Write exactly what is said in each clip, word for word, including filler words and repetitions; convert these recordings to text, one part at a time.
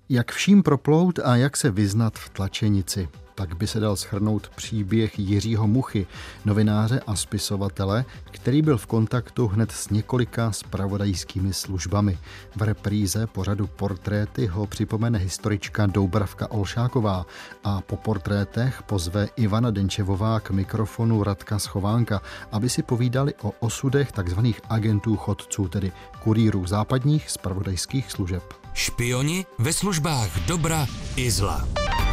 Jak vším proplout a jak se vyznat v tlačenici? Tak by se dal shrnout příběh Jiřího Muchy, novináře a spisovatele, který byl v kontaktu hned s několika zpravodajskými službami. V repríze pořadu Portréty ho připomene historička Doubravka Olšáková a po portrétech pozve Ivana Denčevová k mikrofonu Radka Schovánka, aby si povídali o osudech takzvaných agentů chodců, tedy kurýrů západních zpravodajských služeb. Špioni ve službách dobra i zla.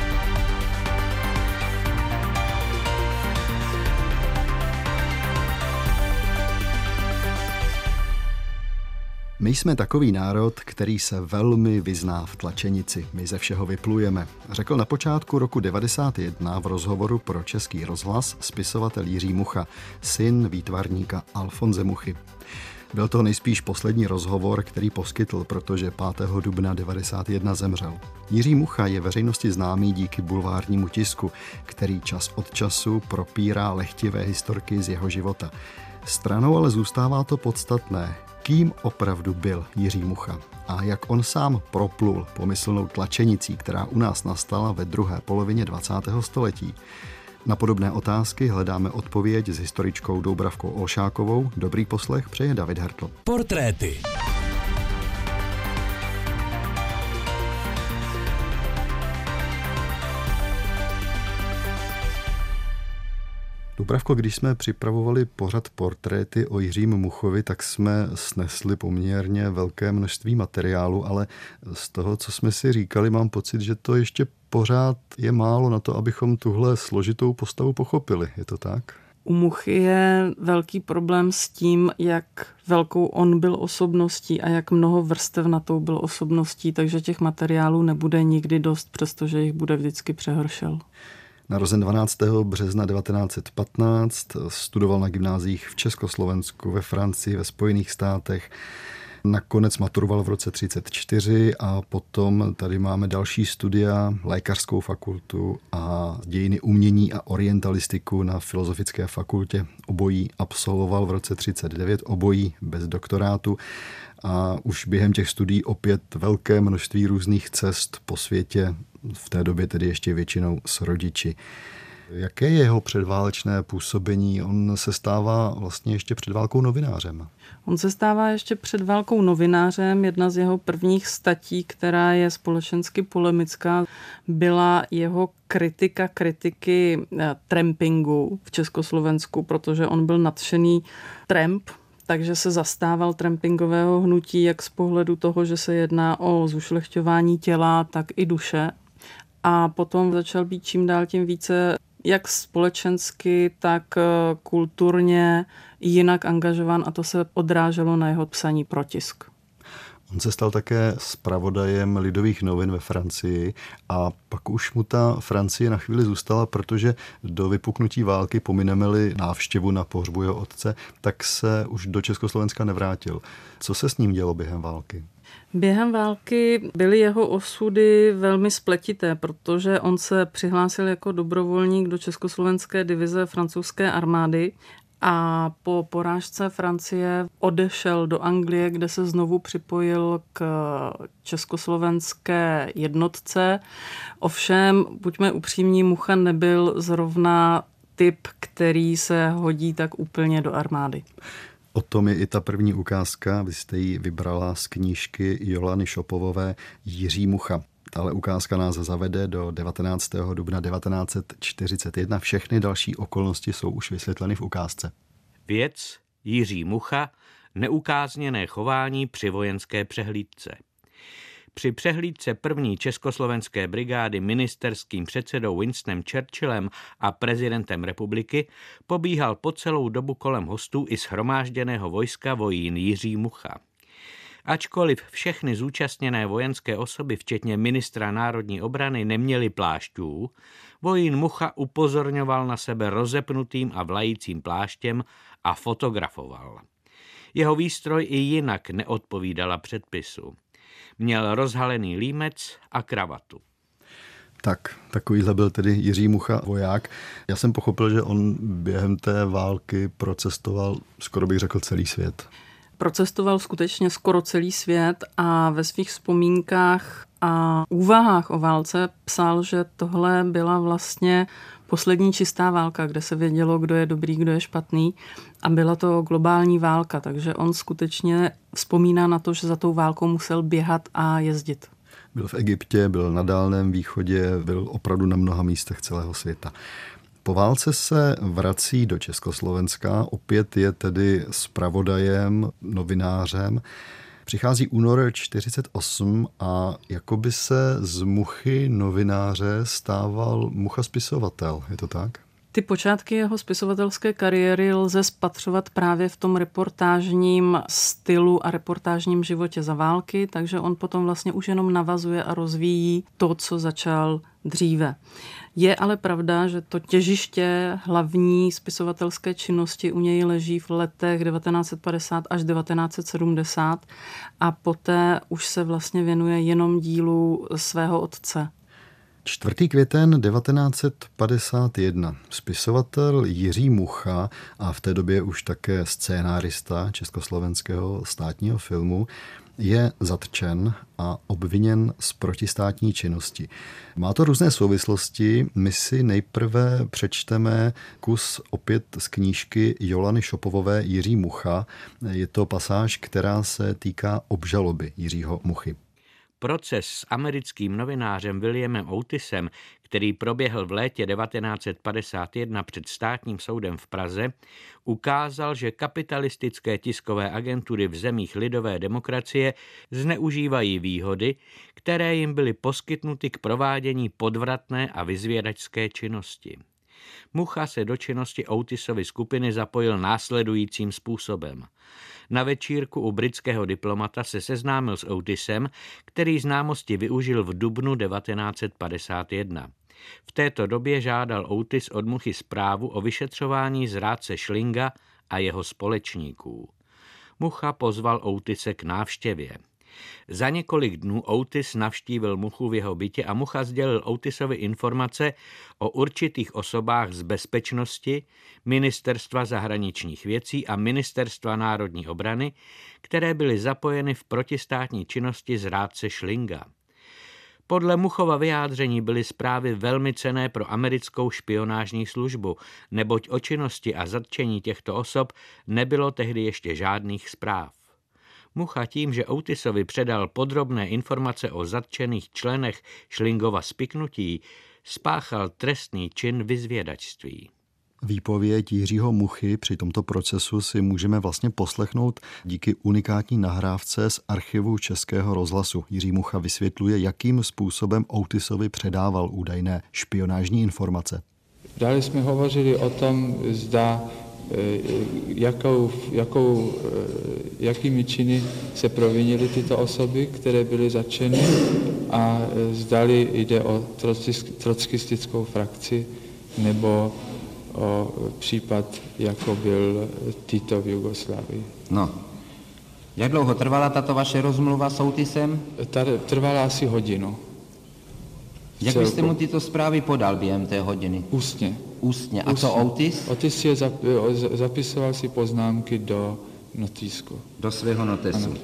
My jsme takový národ, který se velmi vyzná v tlačenici. My ze všeho vyplujeme. Řekl na počátku roku devadesát jedna v rozhovoru pro Český rozhlas spisovatel Jiří Mucha, syn výtvarníka Alfonse Muchy. Byl to nejspíš poslední rozhovor, který poskytl, protože pátého dubna devadesát jedna zemřel. Jiří Mucha je veřejnosti známý díky bulvárnímu tisku, který čas od času propírá lehtivé historky z jeho života. Stranou ale zůstává to podstatné. Kým opravdu byl Jiří Mucha a jak on sám proplul pomyslnou tlačenicí, která u nás nastala ve druhé polovině dvacátého století. Na podobné otázky hledáme odpověď s historičkou Doubravkou Olšákovou. Dobrý poslech přeje David Hertl. Portréty. Doubravko, když jsme připravovali pořad Portréty o Jiřím Muchovi, tak jsme snesli poměrně velké množství materiálu, ale z toho, co jsme si říkali, mám pocit, že to ještě pořád je málo na to, abychom tuhle složitou postavu pochopili. Je to tak? U Muchy je velký problém s tím, jak velkou on byl osobností a jak mnoho vrstevnatou byl osobností, takže těch materiálů nebude nikdy dost, přestože jich bude vždycky přehršel. Narozen dvanáctého března devatenáct set patnáct, studoval na gymnáziích v Československu, ve Francii, ve Spojených státech. Nakonec maturoval v roce třicet čtyři a potom tady máme další studia, lékařskou fakultu a dějiny umění a orientalistiku na Filozofické fakultě. Obojí absolvoval v roce třicet devět, obojí bez doktorátu. A už během těch studií opět velké množství různých cest po světě, v té době tedy ještě většinou s rodiči. Jaké je jeho předválečné působení? On se stává vlastně ještě před válkou novinářem. On se stává ještě před válkou novinářem. Jedna z jeho prvních statí, která je společensky polemická, byla jeho kritika kritiky trampingu v Československu, protože on byl nadšený tramp, takže se zastával trampingového hnutí jak z pohledu toho, že se jedná o zušlechťování těla, tak i duše. A potom začal být čím dál tím více jak společensky, tak kulturně jinak angažován a to se odráželo na jeho psaní pro tisk. On se stal také zpravodajem Lidových novin ve Francii a pak už mu ta Francie na chvíli zůstala, protože do vypuknutí války, pomineme-li návštěvu na pohřbu jeho otce, tak se už do Československa nevrátil. Co se s ním dělo během války? Během války byly jeho osudy velmi spletité, protože on se přihlásil jako dobrovolník do československé divize francouzské armády a po porážce Francie odešel do Anglie, kde se znovu připojil k československé jednotce. Ovšem, buďme upřímní, Mucha nebyl zrovna typ, který se hodí tak úplně do armády. O tom je i ta první ukázka, vy jste ji vybrala z knížky Jolany Šopovové Jiří Mucha. Tahle ukázka nás zavede do devatenáctého dubna devatenáct set čtyřicet jedna. Všechny další okolnosti jsou už vysvětleny v ukázce. Věc Jiří Mucha, neukázněné chování při vojenské přehlídce. Při přehlídce první československé brigády ministerským předsedou Winstonem Churchillem a prezidentem republiky pobíhal po celou dobu kolem hostů i shromážděného vojska vojín Jiří Mucha. Ačkoliv všechny zúčastněné vojenské osoby, včetně ministra národní obrany, neměli plášťů, vojín Mucha upozorňoval na sebe rozepnutým a vlajícím pláštěm a fotografoval. Jeho výstroj i jinak neodpovídala předpisu. Měl rozhalený límec a kravatu. Tak, takovýhle byl tedy Jiří Mucha, voják. Já jsem pochopil, že on během té války procestoval, skoro bych řekl, celý svět. Procestoval skutečně skoro celý svět a ve svých vzpomínkách a úvahách o válce psal, že tohle byla vlastně poslední čistá válka, kde se vědělo, kdo je dobrý, kdo je špatný, a byla to globální válka, takže on skutečně vzpomíná na to, že za tou válkou musel běhat a jezdit. Byl v Egyptě, byl na Dálném východě, byl opravdu na mnoha místech celého světa. Po válce se vrací do Československa, opět je tedy zpravodajem, novinářem. Přichází únor čtyřicet osm a jakoby se z muchy novináře stával mucha spisovatel, je to tak? Ty počátky jeho spisovatelské kariéry lze spatřovat právě v tom reportážním stylu a reportážním životě za války, takže on potom vlastně už jenom navazuje a rozvíjí to, co začal dříve. Je ale pravda, že to těžiště hlavní spisovatelské činnosti u něj leží v letech devatenáct set padesát až devatenáct set sedmdesát a poté už se vlastně věnuje jenom dílu svého otce. čtvrtého května devatenáct set padesát jedna. Spisovatel Jiří Mucha a v té době už také scénárista československého státního filmu je zatčen a obviněn z protistátní činnosti. Má to různé souvislosti. My si nejprve přečteme kus opět z knížky Jolany Šopovové Jiří Mucha. Je to pasáž, která se týká obžaloby Jiřího Muchy. Proces s americkým novinářem Williamem Otisem, který proběhl v létě devatenáct set padesát jedna před státním soudem v Praze, ukázal, že kapitalistické tiskové agentury v zemích lidové demokracie zneužívají výhody, které jim byly poskytnuty k provádění podvratné a vyzvědačské činnosti. Mucha se do činnosti Otisovy skupiny zapojil následujícím způsobem. Na večírku u britského diplomata se seznámil s Otisem, který známosti využil v dubnu devatenáct set padesát jedna. V této době žádal Otis od Muchy zprávu o vyšetřování zrádce Schlinga a jeho společníků. Mucha pozval Otise k návštěvě. Za několik dnů Otis navštívil Muchu v jeho bytě a Mucha sdělil Otisovi informace o určitých osobách z bezpečnosti, Ministerstva zahraničních věcí a Ministerstva národní obrany, které byly zapojeny v protistátní činnosti zrádce Schlinga. Podle Muchova vyjádření byly zprávy velmi cenné pro americkou špionážní službu, neboť o činnosti a zatčení těchto osob nebylo tehdy ještě žádných zpráv. Mucha tím, že Otisovi předal podrobné informace o zatčených členech Schlingova spiknutí, spáchal trestný čin vyzvědačství. Výpověď Jiřího Muchy při tomto procesu si můžeme vlastně poslechnout díky unikátní nahrávce z archivu Českého rozhlasu. Jiří Mucha vysvětluje, jakým způsobem Otisovi předával údajné špionážní informace. Dále jsme hovořili o tom, zda Jakou, jakou, jakými činy se provinily tyto osoby, které byly zatčeny, a zdali jde o trockistickou frakci nebo o případ, jako byl Tito v Jugoslávii. No. Jak dlouho trvala tato vaše rozmluva s Otisem? Ta trvala asi hodinu. Jak Celku. byste mu tyto zprávy podal během té hodiny? Ústně. Ústně. A Ústně. co Otis? Otis je zap, zapisoval si poznámky do notýsku. Do svého notesu. Ano.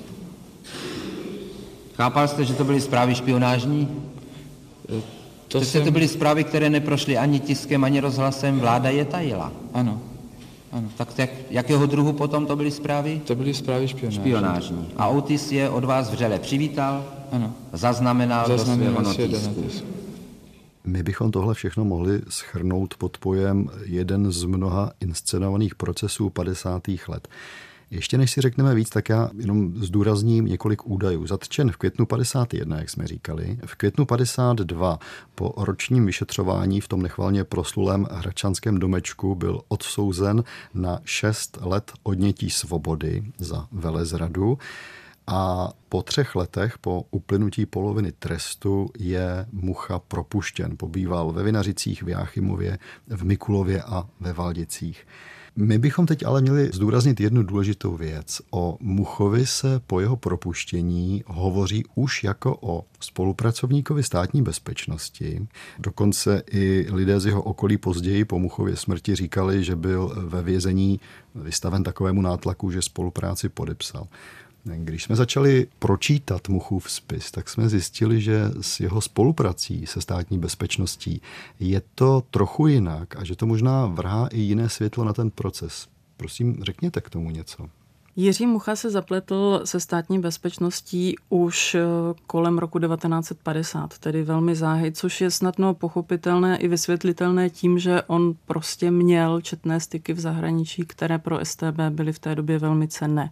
Chápal jste, že to byly zprávy špionážní? To Přece jsem... to byly zprávy, které neprošly ani tiskem, ani rozhlasem, vláda je tajila. Ano. Ano. Tak jak, jakého druhu potom to byly zprávy? To byly zprávy špionážní. Špionážní. A Otis je od vás vřele přivítal, ano. zaznamenal, Zaznamenal do svého do notýsku. My bychom tohle všechno mohli shrnout pod pojem jeden z mnoha inscenovaných procesů padesátých let. Ještě než si řekneme víc, tak já jenom zdůrazním několik údajů. Zatčen v květnu padesát jedna, jak jsme říkali. V květnu padesát dva po ročním vyšetřování v tom nechvalně proslulém Hradčanském domečku byl odsouzen na šest let odnětí svobody za velezradu. A po třech letech, po uplynutí poloviny trestu, je Mucha propuštěn. Pobýval ve Vinařicích, v Jáchymově, v Mikulově a ve Valdicích. My bychom teď ale měli zdůraznit jednu důležitou věc. O Muchovi se po jeho propuštění hovoří už jako o spolupracovníkovi státní bezpečnosti. Dokonce i lidé z jeho okolí později po Muchově smrti říkali, že byl ve vězení vystaven takovému nátlaku, že spolupráci podepsal. Když jsme začali pročítat Muchův spis, tak jsme zjistili, že s jeho spoluprací se Státní bezpečností je to trochu jinak a že to možná vrhá i jiné světlo na ten proces. Prosím, řekněte k tomu něco. Jiří Mucha se zapletl se Státní bezpečností už kolem roku devatenáct set padesát, tedy velmi záhy, což je snadno pochopitelné i vysvětlitelné tím, že on prostě měl četné styky v zahraničí, které pro S T B byly v té době velmi cenné.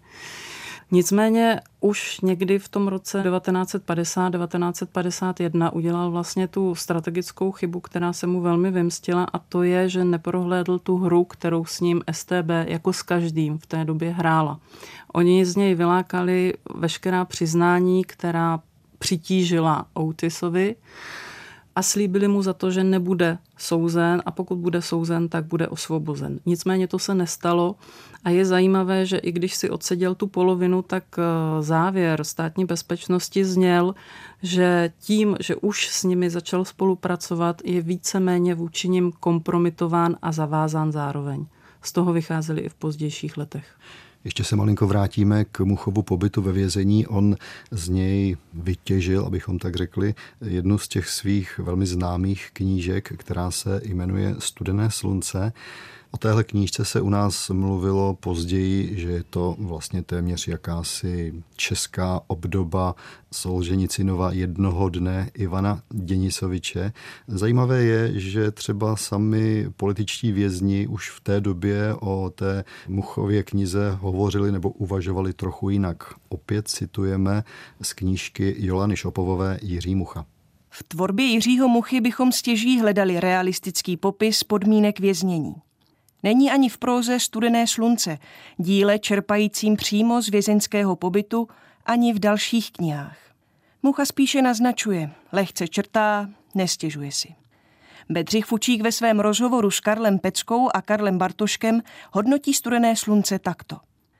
Nicméně už někdy v tom roce devatenáct set padesát devatenáct set padesát jedna udělal vlastně tu strategickou chybu, která se mu velmi vymstila, a to je, že neprohlédl tu hru, kterou s ním S T B jako s každým v té době hrála. Oni z něj vylákali veškerá přiznání, která přitížila Outisovi, a slíbili mu za to, že nebude souzen a pokud bude souzen, tak bude osvobozen. Nicméně to se nestalo a je zajímavé, že i když si odseděl tu polovinu, tak závěr Státní bezpečnosti zněl, že tím, že už s nimi začal spolupracovat, je víceméně vůči nim kompromitován a zavázán zároveň. Z toho vycházeli i v pozdějších letech. Ještě se malinko vrátíme k Muchovu pobytu ve vězení. On z něj vytěžil, abychom tak řekli, jednu z těch svých velmi známých knížek, která se jmenuje Studené slunce. O téhle knížce se u nás mluvilo později, že je to vlastně téměř jakási česká obdoba Solženicynova Jednoho dne Ivana Děnisoviče. Zajímavé je, že třeba sami političtí vězni už v té době o té Muchově knize hovořili nebo uvažovali trochu jinak. Opět citujeme z knížky Jolany Šopovové Jiří Mucha. V tvorbě Jiřího Muchy bychom stěží hledali realistický popis podmínek věznění. Není ani v próze Studené slunce, díle čerpajícím přímo z vězeňského pobytu, ani v dalších knihách. Mucha spíše naznačuje, lehce črtá, nestěžuje si. Bedřich Fučík ve svém rozhovoru s Karlem Peckou a Karlem Bartoškem hodnotí Studené slunce takto.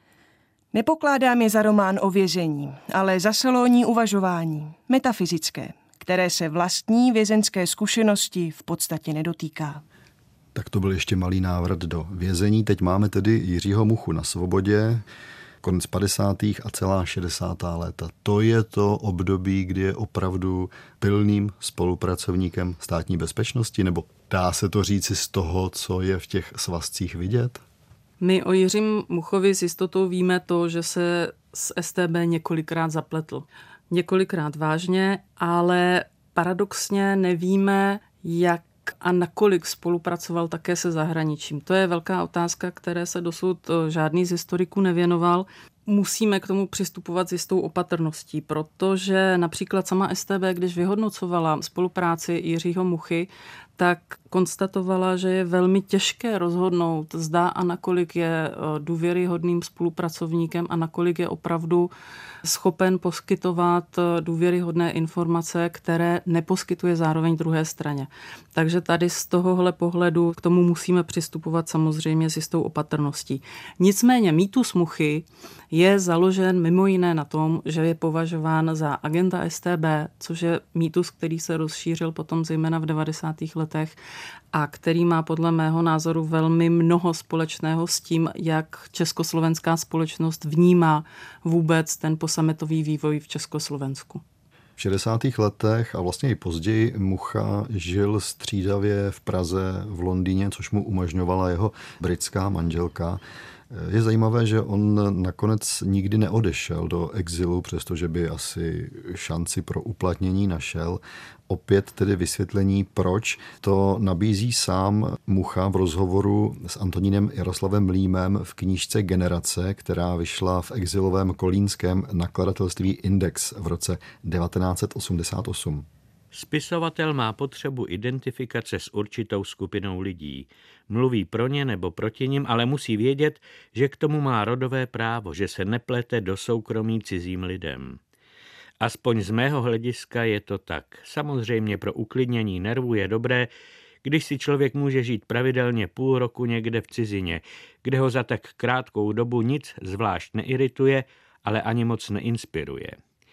Nepokládám je za román o vězení, ale za salonní uvažování, metafyzické, které se vlastní vězeňské zkušenosti v podstatě nedotýká. Tak to byl ještě malý návrat do vězení. Teď máme tedy Jiřího Muchu na svobodě, konec padesátých a celá šedesátá léta. To je to období, kdy je opravdu pilným spolupracovníkem Státní bezpečnosti, nebo dá se to říci z toho, co je v těch svazcích vidět? My o Jiřím Muchovi s jistotou víme to, že se s S T B několikrát zapletl. Několikrát vážně, ale paradoxně nevíme, jak a nakolik spolupracoval také se zahraničím. To je velká otázka, které se dosud žádný z historiků nevěnoval. Musíme k tomu přistupovat s jistou opatrností, protože například sama S T B, když vyhodnocovala spolupráci Jiřího Muchy, tak konstatovala, že je velmi těžké rozhodnout, zda a nakolik je důvěryhodným spolupracovníkem a nakolik je opravdu schopen poskytovat důvěryhodné informace, které neposkytuje zároveň druhé straně. Takže tady z tohohle pohledu k tomu musíme přistupovat samozřejmě s jistou opatrností. Nicméně mýtus Muchy je založen mimo jiné na tom, že je považován za agenta S T B, což je mýtus, který se rozšířil potom zejména v devadesátých letech a který má podle mého názoru velmi mnoho společného s tím, jak československá společnost vnímá vůbec ten posametový vývoj v Československu. V šedesátých letech a vlastně i později Mucha žil střídavě v Praze, v Londýně, což mu umožňovala jeho britská manželka. Je zajímavé, že on nakonec nikdy neodešel do exilu, přestože by asi šanci pro uplatnění našel. Opět tedy vysvětlení, proč to nabízí sám Mucha v rozhovoru s Antonínem Jaroslavem Mlýmem v knížce Generace, která vyšla v exilovém kolínském nakladatelství Index v roce devatenáct set osmdesát osm. Spisovatel má potřebu identifikace s určitou skupinou lidí. Mluví pro ně nebo proti nim, ale musí vědět, že k tomu má rodové právo, že se neplete do soukromí cizím lidem. Aspoň z mého hlediska je to tak. Samozřejmě pro uklidnění nervů je dobré, když si člověk může žít pravidelně půl roku někde v cizině, kde ho za tak krátkou dobu nic zvlášť neirituje, ale ani moc neinspiruje.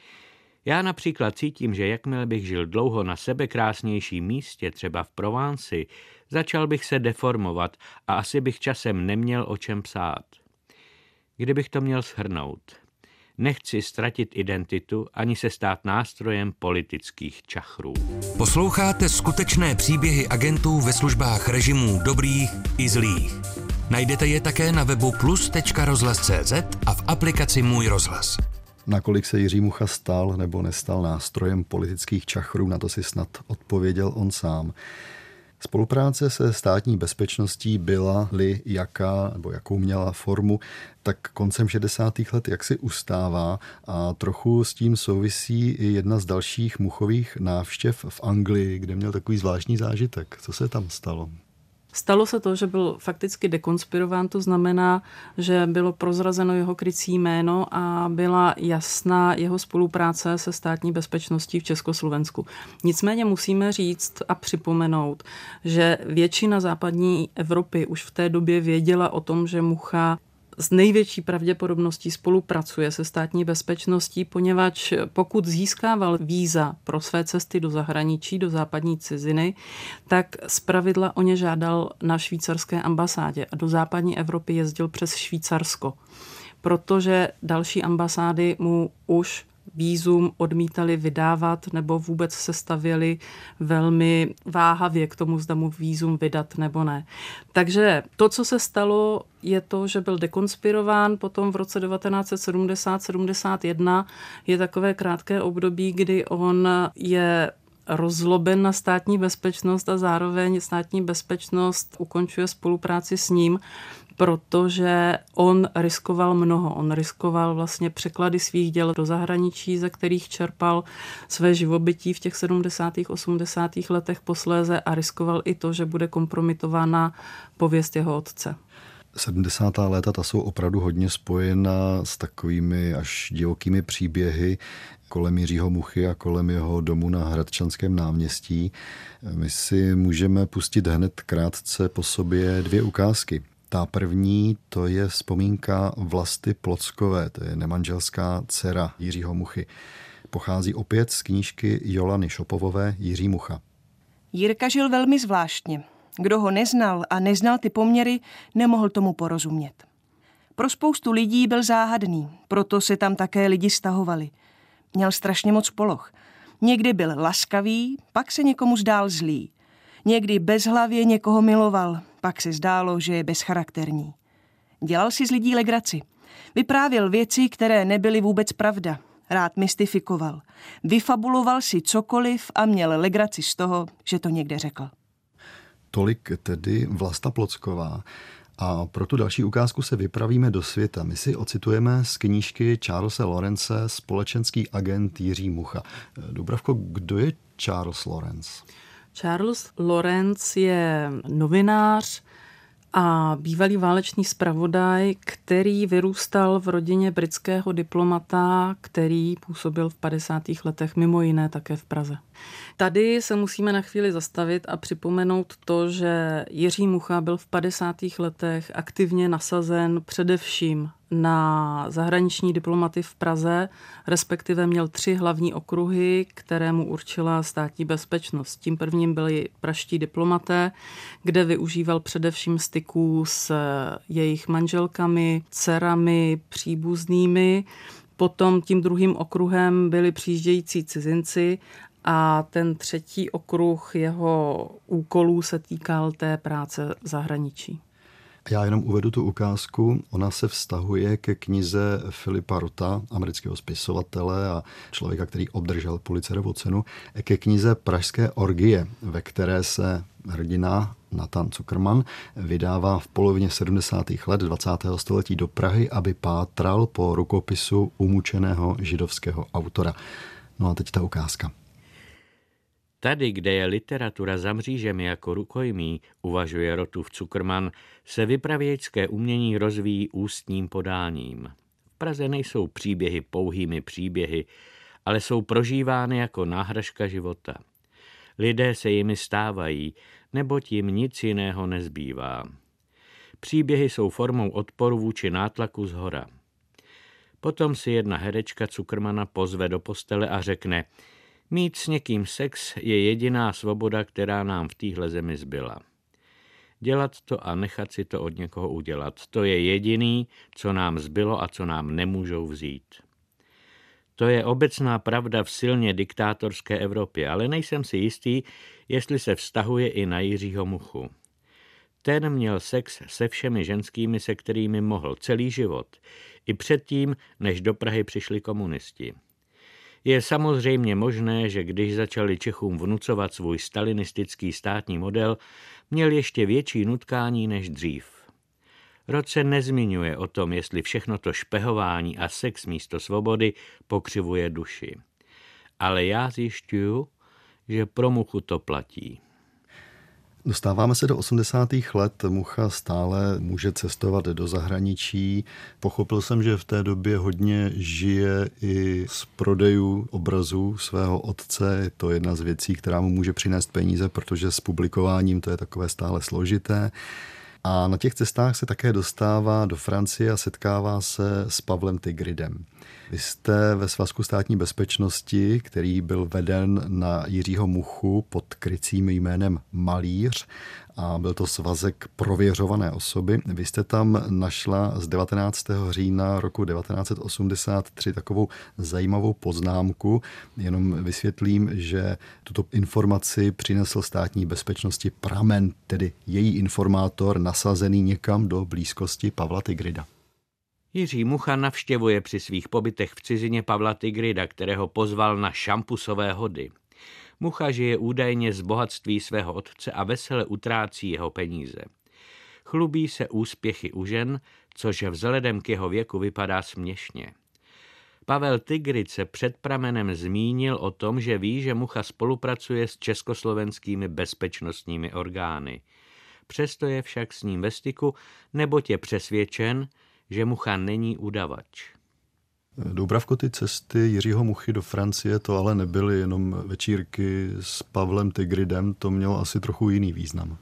Já například cítím, že jakmile bych žil dlouho na sebekrásnějším místě, třeba v Provence, začal bych se deformovat a asi bych časem neměl o čem psát. Kdybych to měl shrnout. Nechci ztratit identitu ani se stát nástrojem politických čachrů. Posloucháte skutečné příběhy agentů ve službách režimů dobrých i zlých. Najdete je také na webu plus tečka rozhlas tečka cé zet a v aplikaci Můj rozhlas. Nakolik se Jiří Mucha stal nebo nestal nástrojem politických čachrů, na to si snad odpověděl on sám. Spolupráce se státní bezpečností byla-li jaká, nebo jakou měla formu, tak koncem šedesátých let jaksi ustává a trochu s tím souvisí i jedna z dalších Muchových návštěv v Anglii, kde měl takový zvláštní zážitek. Co se tam stalo? Stalo se to, že byl fakticky dekonspirován, to znamená, že bylo prozrazeno jeho krycí jméno a byla jasná jeho spolupráce se státní bezpečností v Československu. Nicméně musíme říct a připomenout, že většina západní Evropy už v té době věděla o tom, že Mucha s největší pravděpodobností spolupracuje se státní bezpečností, poněvadž pokud získával víza pro své cesty do zahraničí, do západní ciziny, tak zpravidla o ně žádal na švýcarské ambasádě a do západní Evropy jezdil přes Švýcarsko, protože další ambasády mu už vízum odmítali vydávat nebo vůbec se stavěli velmi váhavě k tomu, zda mu vízum vydat nebo ne. Takže to, co se stalo, je to, že byl dekonspirován, potom v roce devatenáct set sedmdesát sedmdesát jedna je takové krátké období, kdy on je rozloben na státní bezpečnost a zároveň státní bezpečnost ukončuje spolupráci s ním, protože on riskoval mnoho. On riskoval vlastně překlady svých děl do zahraničí, ze kterých čerpal své živobytí v těch sedmdesátých osmdesátých letech posléze a riskoval i to, že bude kompromitována pověst jeho otce. sedmdesátá léta, ta jsou opravdu hodně spojena s takovými až divokými příběhy kolem Jiřího Muchy a kolem jeho domu na Hradčanském náměstí. My si můžeme pustit hned krátce po sobě dvě ukázky. Ta první, to je vzpomínka Vlasty Plockové, to je nemanželská dcera Jiřího Muchy. Pochází opět z knížky Jolany Šopovové Jiří Mucha. Jirka žil velmi zvláštně. Kdo ho neznal a neznal ty poměry, nemohl tomu porozumět. Pro spoustu lidí byl záhadný, proto se tam také lidi stahovali. Měl strašně moc poloh. Někdy byl laskavý, pak se někomu zdál zlý. Někdy bezhlavě někoho miloval, pak se zdálo, že je bezcharakterní. Dělal si z lidí legraci. Vyprávěl věci, které nebyly vůbec pravda. Rád mystifikoval. Vyfabuloval si cokoliv a měl legraci z toho, že to někde řekl. Tolik tedy Vlasta Plocková. A pro tu další ukázku se vypravíme do světa. My si ocitujeme z knížky Charlese Lorence Společenský agent Jiří Mucha. Dubravko, kdo je Charles Lawrence? Charles Lawrence je novinář a bývalý válečný zpravodaj, který vyrůstal v rodině britského diplomata, který působil v padesátých letech mimo jiné také v Praze. Tady se musíme na chvíli zastavit a připomenout to, že Jiří Mucha byl v padesátých letech aktivně nasazen především na zahraniční diplomaty v Praze, respektive měl tři hlavní okruhy, které mu určila státní bezpečnost. Tím prvním byli pražští diplomaté, kde využíval především styků s jejich manželkami, dcerami, příbuznými. Potom tím druhým okruhem byli přijíždějící cizinci a ten třetí okruh jeho úkolů se týkal té práce v zahraničí. Já jenom uvedu tu ukázku. Ona se vztahuje ke knize Philippa Rotha, amerického spisovatele a člověka, který obdržel Pulitzerovu cenu, ke knize Pražské orgie, ve které se hrdina Nathan Zuckerman vydává v polovině sedmdesátých let dvacátého století do Prahy, aby pátral po rukopisu umučeného židovského autora. No a teď ta ukázka. Tady, kde je literatura za mřížemi jako rukojmí, uvažuje Rothův Zuckerman, se vypravěčské umění rozvíjí ústním podáním. V Praze nejsou příběhy pouhými příběhy, ale jsou prožívány jako náhražka života. Lidé se jimi stávají, neboť jim nic jiného nezbývá. Příběhy jsou formou odporu vůči nátlaku zhora. Potom si jedna herečka Zuckermana pozve do postele a řekne: mít s někým sex je jediná svoboda, která nám v téhle zemi zbyla. Dělat to a nechat si to od někoho udělat, to je jediný, co nám zbylo a co nám nemůžou vzít. To je obecná pravda v silně diktátorské Evropě, ale nejsem si jistý, jestli se vztahuje i na Jiřího Muchu. Ten měl sex se všemi ženskými, se kterými mohl celý život, i předtím, než do Prahy přišli komunisti. Je samozřejmě možné, že když začali Čechům vnucovat svůj stalinistický státní model, měl ještě větší nutkání než dřív. Rod se nezmiňuje o tom, jestli všechno to špehování a sex místo svobody pokřivuje duši. Ale já zjišťuju, že pro Muchu to platí. Dostáváme se do osmdesátých let. Mucha stále může cestovat do zahraničí. Pochopil jsem, že v té době hodně žije i z prodejů obrazů svého otce. Je to jedna z věcí, která mu může přinést peníze, protože s publikováním to je takové stále složité. A na těch cestách se také dostává do Francie a setkává se s Pavlem Tigridem. Vy jste ve Svazku státní bezpečnosti, který byl veden na Jiřího Muchu pod krycím jménem Malíř, a byl to svazek prověřované osoby. Vy jste tam našla z devatenáctého října roku devatenáct set osmdesát tři takovou zajímavou poznámku. Jenom vysvětlím, že tuto informaci přinesl státní bezpečnosti pramen, tedy její informátor nasazený někam do blízkosti Pavla Tigrida. Jiří Mucha navštěvuje při svých pobytech v cizině Pavla Tigrida, kterého pozval na šampusové hody. Mucha žije údajně z bohatství svého otce a vesele utrácí jeho peníze. Chlubí se úspěchy u žen, což vzhledem k jeho věku vypadá směšně. Pavel Tigrid se před pramenem zmínil o tom, že ví, že Mucha spolupracuje s československými bezpečnostními orgány. Přesto je však s ním ve styku, neboť je přesvědčen, že Mucha není udavač. Doubravko, ty cesty Jiřího Muchy do Francie to ale nebyly jenom večírky s Pavlem Tigridem, to mělo asi trochu jiný význam.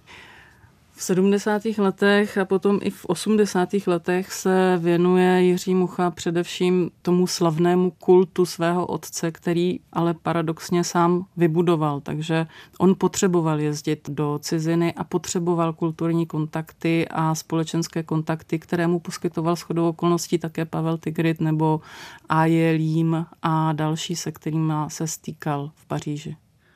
V sedmdesátých letech a potom i v osmdesátých letech se věnuje Jiří Mucha především tomu slavnému kultu svého otce, který ale paradoxně sám vybudoval. Takže on potřeboval jezdit do ciziny a potřeboval kulturní kontakty a společenské kontakty, které mu poskytoval shodou okolností také Pavel Tigrid nebo Aje Lím a další, se kterými se stýkal v Paříži.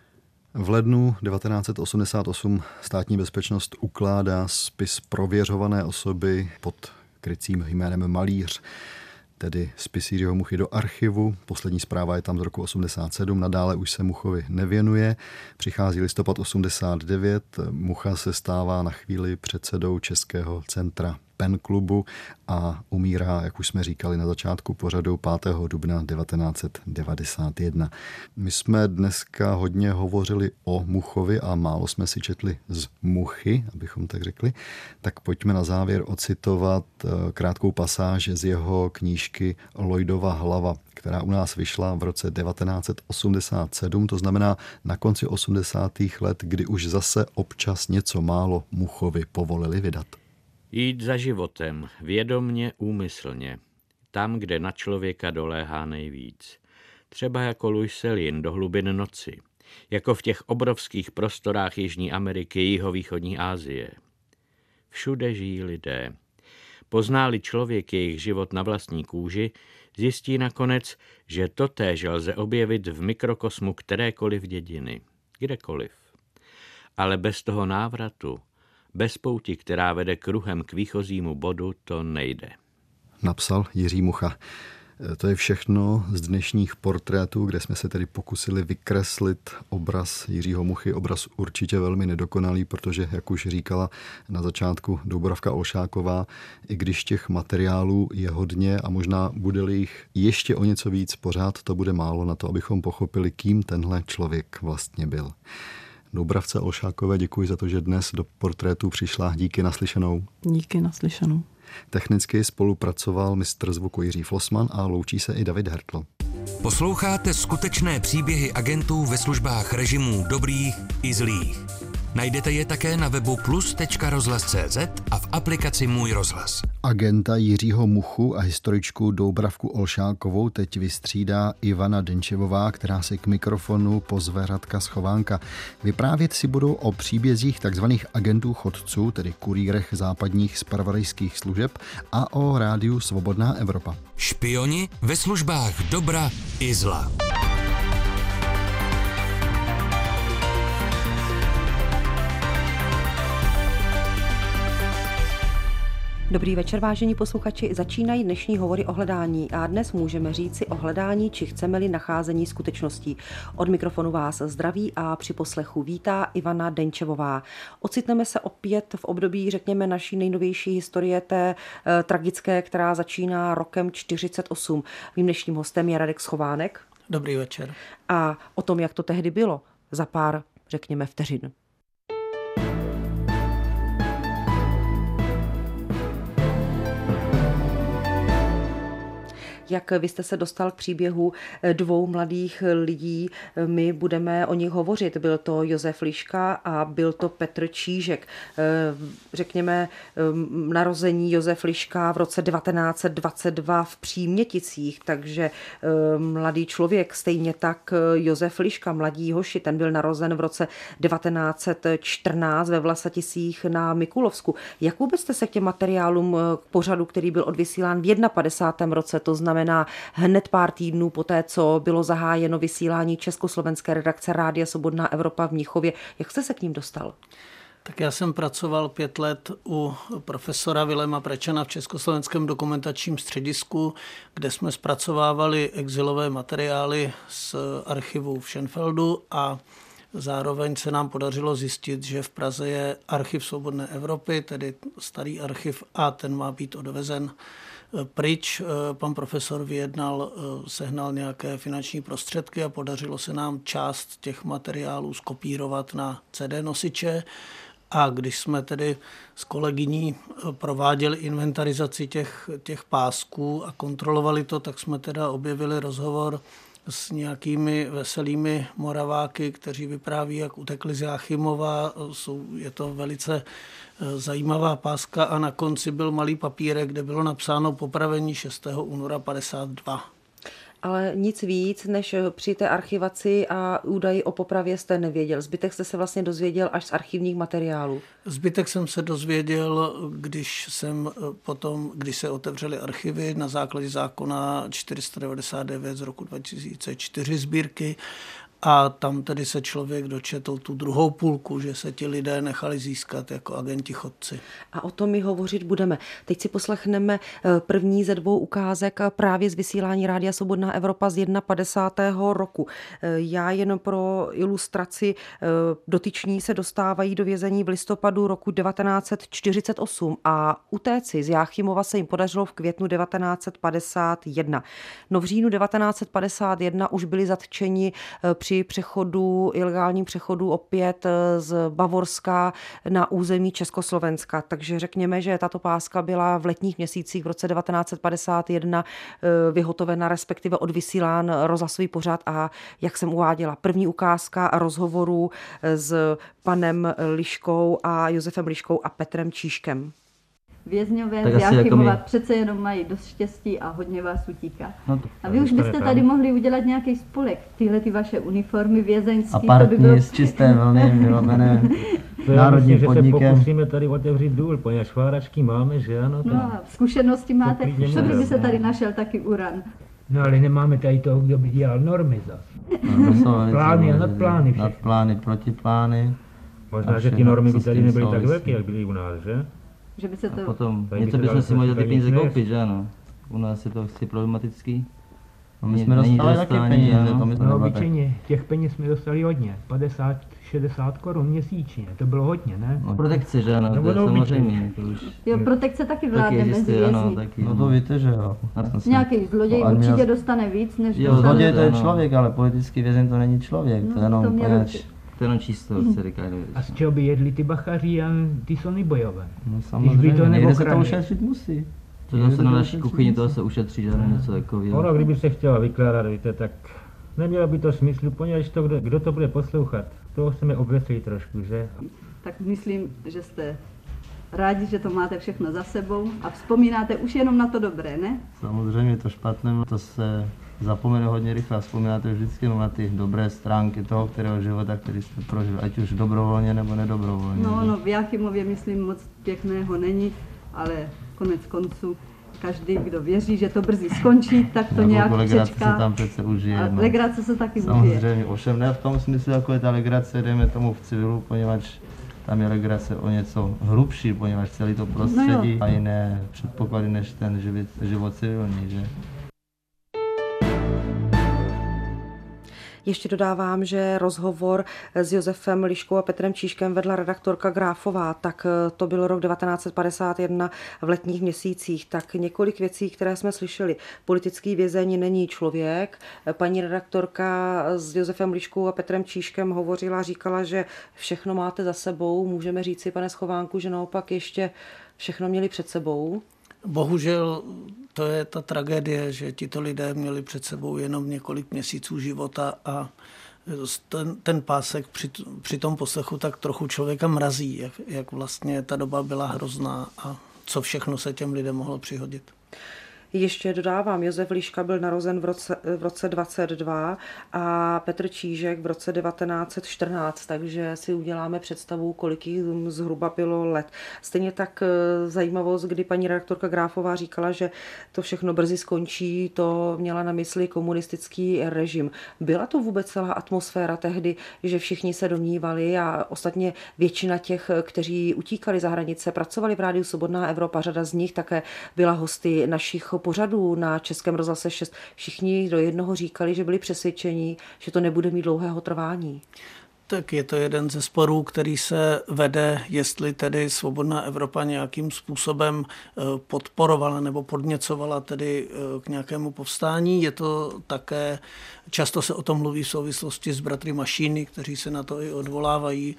V lednu devatenáct set osmdesát osm státní bezpečnost ukládá spis prověřované osoby pod krycím jménem Malíř, tedy spis Jiřího Muchy, do archivu. Poslední zpráva je tam z roku osmdesát sedm, nadále už se Muchovi nevěnuje. Přichází listopad osmdesát devět, Mucha se stává na chvíli předsedou Českého centra Pen klubu a umírá, jak už jsme říkali na začátku pořadu, pátého dubna devatenáct set devadesát jedna. My jsme dneska hodně hovořili o Muchovi a málo jsme si četli z Muchy, abychom tak řekli. Tak pojďme na závěr ocitovat krátkou pasáž z jeho knížky Lloydova hlava, která u nás vyšla v roce devatenáct set osmdesát sedm, to znamená na konci osmdesátých let, kdy už zase občas něco málo Muchovi povolili vydat. Jít za životem, vědomně, úmyslně, tam, kde na člověka doléhá nejvíc. Třeba jako Louis Selin do hlubin noci, jako v těch obrovských prostorách Jižní Ameriky, jihovýchodní Asie. Všude žijí lidé. Pozná-li člověk jejich život na vlastní kůži, zjistí nakonec, že totéž lze objevit v mikrokosmu kterékoliv dědiny, kdekoliv. Ale bez toho návratu, bez pouti, která vede kruhem k výchozímu bodu, to nejde. Napsal Jiří Mucha. To je všechno z dnešních portrétů, kde jsme se tedy pokusili vykreslit obraz Jiřího Muchy. Obraz určitě velmi nedokonalý, protože, jak už říkala na začátku Doubravka Olšáková, i když těch materiálů je hodně a možná bude-li jich ještě o něco víc, pořád to bude málo na to, abychom pochopili, kým tenhle člověk vlastně byl. Doubravce Olšákové děkuji za to, že dnes do portrétu přišla. Díky, naslyšenou. Díky, naslyšenou. Technicky spolupracoval mistr zvuku Jiří Flossman a loučí se i David Hertl. Posloucháte skutečné příběhy agentů ve službách režimů dobrých i zlých. Najdete je také na webu plus tečka rozhlas tečka cé zet a v aplikaci Můj rozhlas. Agenta Jiřího Muchu a historičku Doubravku Olšákovou teď vystřídá Ivana Denčevová, která si k mikrofonu pozve Radka Schovánka. Vyprávět si budou o příbězích takzvaných agentů chodců, tedy kurýrech západních zpravodajských služeb, a o rádiu Svobodná Evropa. Špioni ve službách dobra i zla. Dobrý večer, vážení posluchači. Začínají dnešní hovory o hledání a dnes můžeme říci o hledání, či chceme-li nacházení skutečností. Od mikrofonu vás zdraví a při poslechu vítá Ivana Denčevová. Ocitneme se opět v období, řekněme, naší nejnovější historie, té e, tragické, která začíná rokem čtyřicet osm. Mým dnešním hostem je Radek Schovánek. Dobrý večer. A o tom, jak to tehdy bylo, za pár, řekněme, vteřin. Jak vy jste se dostal k příběhu dvou mladých lidí, my budeme o nich hovořit. Byl to Josef Liška a byl to Petr Čížek. Řekněme, narození Josef Liška v roce devatenáct set dvacet dva v Příměticích, takže mladý člověk, stejně tak Josef Liška, mladý hoši, ten byl narozen v roce devatenáct set čtrnáct ve Vlasaticích na Mikulovsku. Jak vůbec jste se k těm materiálům, k pořadu, který byl odvysílán v padesátém prvním roce, to znamená hned pár týdnů poté, co bylo zahájeno vysílání československé redakce Rádia Svobodná Evropa v Mnichově. Jak jste se k ním dostal? Tak já jsem pracoval pět let u profesora Vilema Prečana v Československém dokumentačním středisku, kde jsme zpracovávali exilové materiály z archivu v Schenfeldu a zároveň se nám podařilo zjistit, že v Praze je archiv Svobodné Evropy, tedy starý archiv, a ten má být odvezen pryč. Pan profesor vyjednal, sehnal nějaké finanční prostředky a podařilo se nám část těch materiálů skopírovat na cé dé nosiče. A když jsme tedy s kolegyní prováděli inventarizaci těch, těch pásků a kontrolovali to, tak jsme teda objevili rozhovor s nějakými veselými Moraváky, kteří vypráví, jak utekli z Jáchymova. Je to velice zajímavá páska a na konci byl malý papírek, kde bylo napsáno popravení šestého února padesát dva. Ale nic víc, než při té archivaci a údaji o popravě jste nevěděl. Zbytek jste se vlastně dozvěděl až z archivních materiálů. Zbytek jsem se dozvěděl, když jsem potom, když se otevřely archivy na základě zákona čtyři sta devadesát devět z roku dva tisíce čtyři sbírky. A tam tedy se člověk dočetl tu druhou půlku, že se ti lidé nechali získat jako agenti chodci. A o tom my hovořit budeme. Teď si poslechneme první ze dvou ukázek právě z vysílání Rádia Svobodná Evropa z padesátého prvního roku. Já jen pro ilustraci, dotyční se dostávají do vězení v listopadu roku devatenáct set čtyřicet osm a utéci z Jáchymova se jim podařilo v květnu devatenáct set padesát jedna. No v říjnu devatenáct set padesát jedna už byli zatčeni při při přechodu, ilegálním přechodu opět z Bavorska na území Československa. Takže řekněme, že tato páska byla v letních měsících v roce devatenáct set padesát jedna vyhotovena, respektive odvysílán rozhlasový pořad a jak jsem uváděla, první ukázka rozhovoru s panem Liškou a Josefem Liškou a Petrem Čížkem. Vězňové z Jáchymova jako přece jenom mají dost štěstí a hodně vás utíká. No to, a vy už byste tady mohli udělat nějaký spolek. Tyhle ty vaše uniformy vězeňské. Apartní, to by bylo... z čisté vlny, vyrobené národním podnikem. Se pokusíme tady otevřít důl, poněvadž šváračky máme, že ano? No a zkušenosti máte, co by se tady našel taky uran. No ale nemáme tady toho, kdo by dělal normy zase. No, plány a nadplány všechny. Nadplány, protiplány. Možná, že ty normy by tady nebyly tak velké, jak byly u nás, že? Že by se to... A potom něco bychom si mohli ty peníze koupit, že ano? U nás je to asi problematický. No my jsme dostali taky peníze. No obyčejně, těch peněz jsme dostali hodně. padesát šedesát korun měsíčně, to bylo hodně, ne? No protekce, že ano, to je samozřejmě. Jo, protekce taky vládne mezi vězni. No to víte, že jo. Nějaký zloděj určitě dostane víc, než jo, zloděj to je člověk, ale politický vězeň to není člověk, to je jenom To jenom číslo, se říká. A z čeho by jedli ty bachaři a ty sonybojové? No samozřejmě, to někde se to ušetřit musí. To zase na naší kuchyni toho se ušetří, žádné něco takového. Ono, kdyby se chtěla vykládat, víte, tak nemělo by to smysl, poněvadž to, kdo, kdo to bude poslouchat. toho se mi obvěsí trošku, že? Tak myslím, že jste rádi, že to máte všechno za sebou a vzpomínáte už jenom na to dobré, ne? Samozřejmě to špatné, to se zapomene hodně rychle, vzpomínáte vždycky na ty dobré stránky toho, kterého života, který jste prožil, ať už dobrovolně nebo nedobrovolně. No, no, v Jáchymově, myslím, moc pěkného není, ale konec konců každý, kdo věří, že to brzy skončí, tak to nějak legrace přečká. Se tam přece užije. A no. legrace se taky Samozřejmě, užije. Samozřejmě, ovšem ne v tom smyslu, jako je ta legrace, dejme tomu v civilu, poněvadž tam je legrace o něco hlubší, poněvadž celý to prostředí má jiné předpoklady než ten život, život civilní, že? Ještě dodávám, že rozhovor s Josefem Liškou a Petrem Čížkem vedla redaktorka Gráfová, tak to byl rok devatenáct set padesát jedna v letních měsících. Tak několik věcí, které jsme slyšeli. Politický vězeň není člověk. Paní redaktorka s Josefem Liškou a Petrem Čížkem hovořila, říkala, že všechno máte za sebou. Můžeme říci, pane Schovánku, že naopak ještě všechno měli před sebou? Bohužel to je ta tragédie, že tito lidé měli před sebou jenom několik měsíců života a ten, ten pásek při, při tom poslechu tak trochu člověka mrazí, jak, jak vlastně ta doba byla hrozná a co všechno se těm lidem mohlo přihodit. Ještě dodávám, Josef Liška byl narozen v roce, v roce dvacet dva a Petr Čížek v roce devatenáct set čtrnáct, takže si uděláme představu, kolik jim zhruba bylo let. Stejně tak zajímavost, kdy paní redaktorka Gráfová říkala, že to všechno brzy skončí, to měla na mysli komunistický režim. Byla to vůbec celá atmosféra tehdy, že všichni se domnívali a ostatně většina těch, kteří utíkali za hranice, pracovali v rádiu Svobodná Evropa, řada z nich také byla hosty našich pořadů na Českém rozhlase šest. Všichni do jednoho říkali, že byli přesvědčeni, že to nebude mít dlouhého trvání. Tak je to jeden ze sporů, který se vede, jestli tedy Svobodná Evropa nějakým způsobem podporovala nebo podněcovala tedy k nějakému povstání. Je to také, často se o tom mluví v souvislosti s bratry Mašíny, kteří se na to i odvolávají.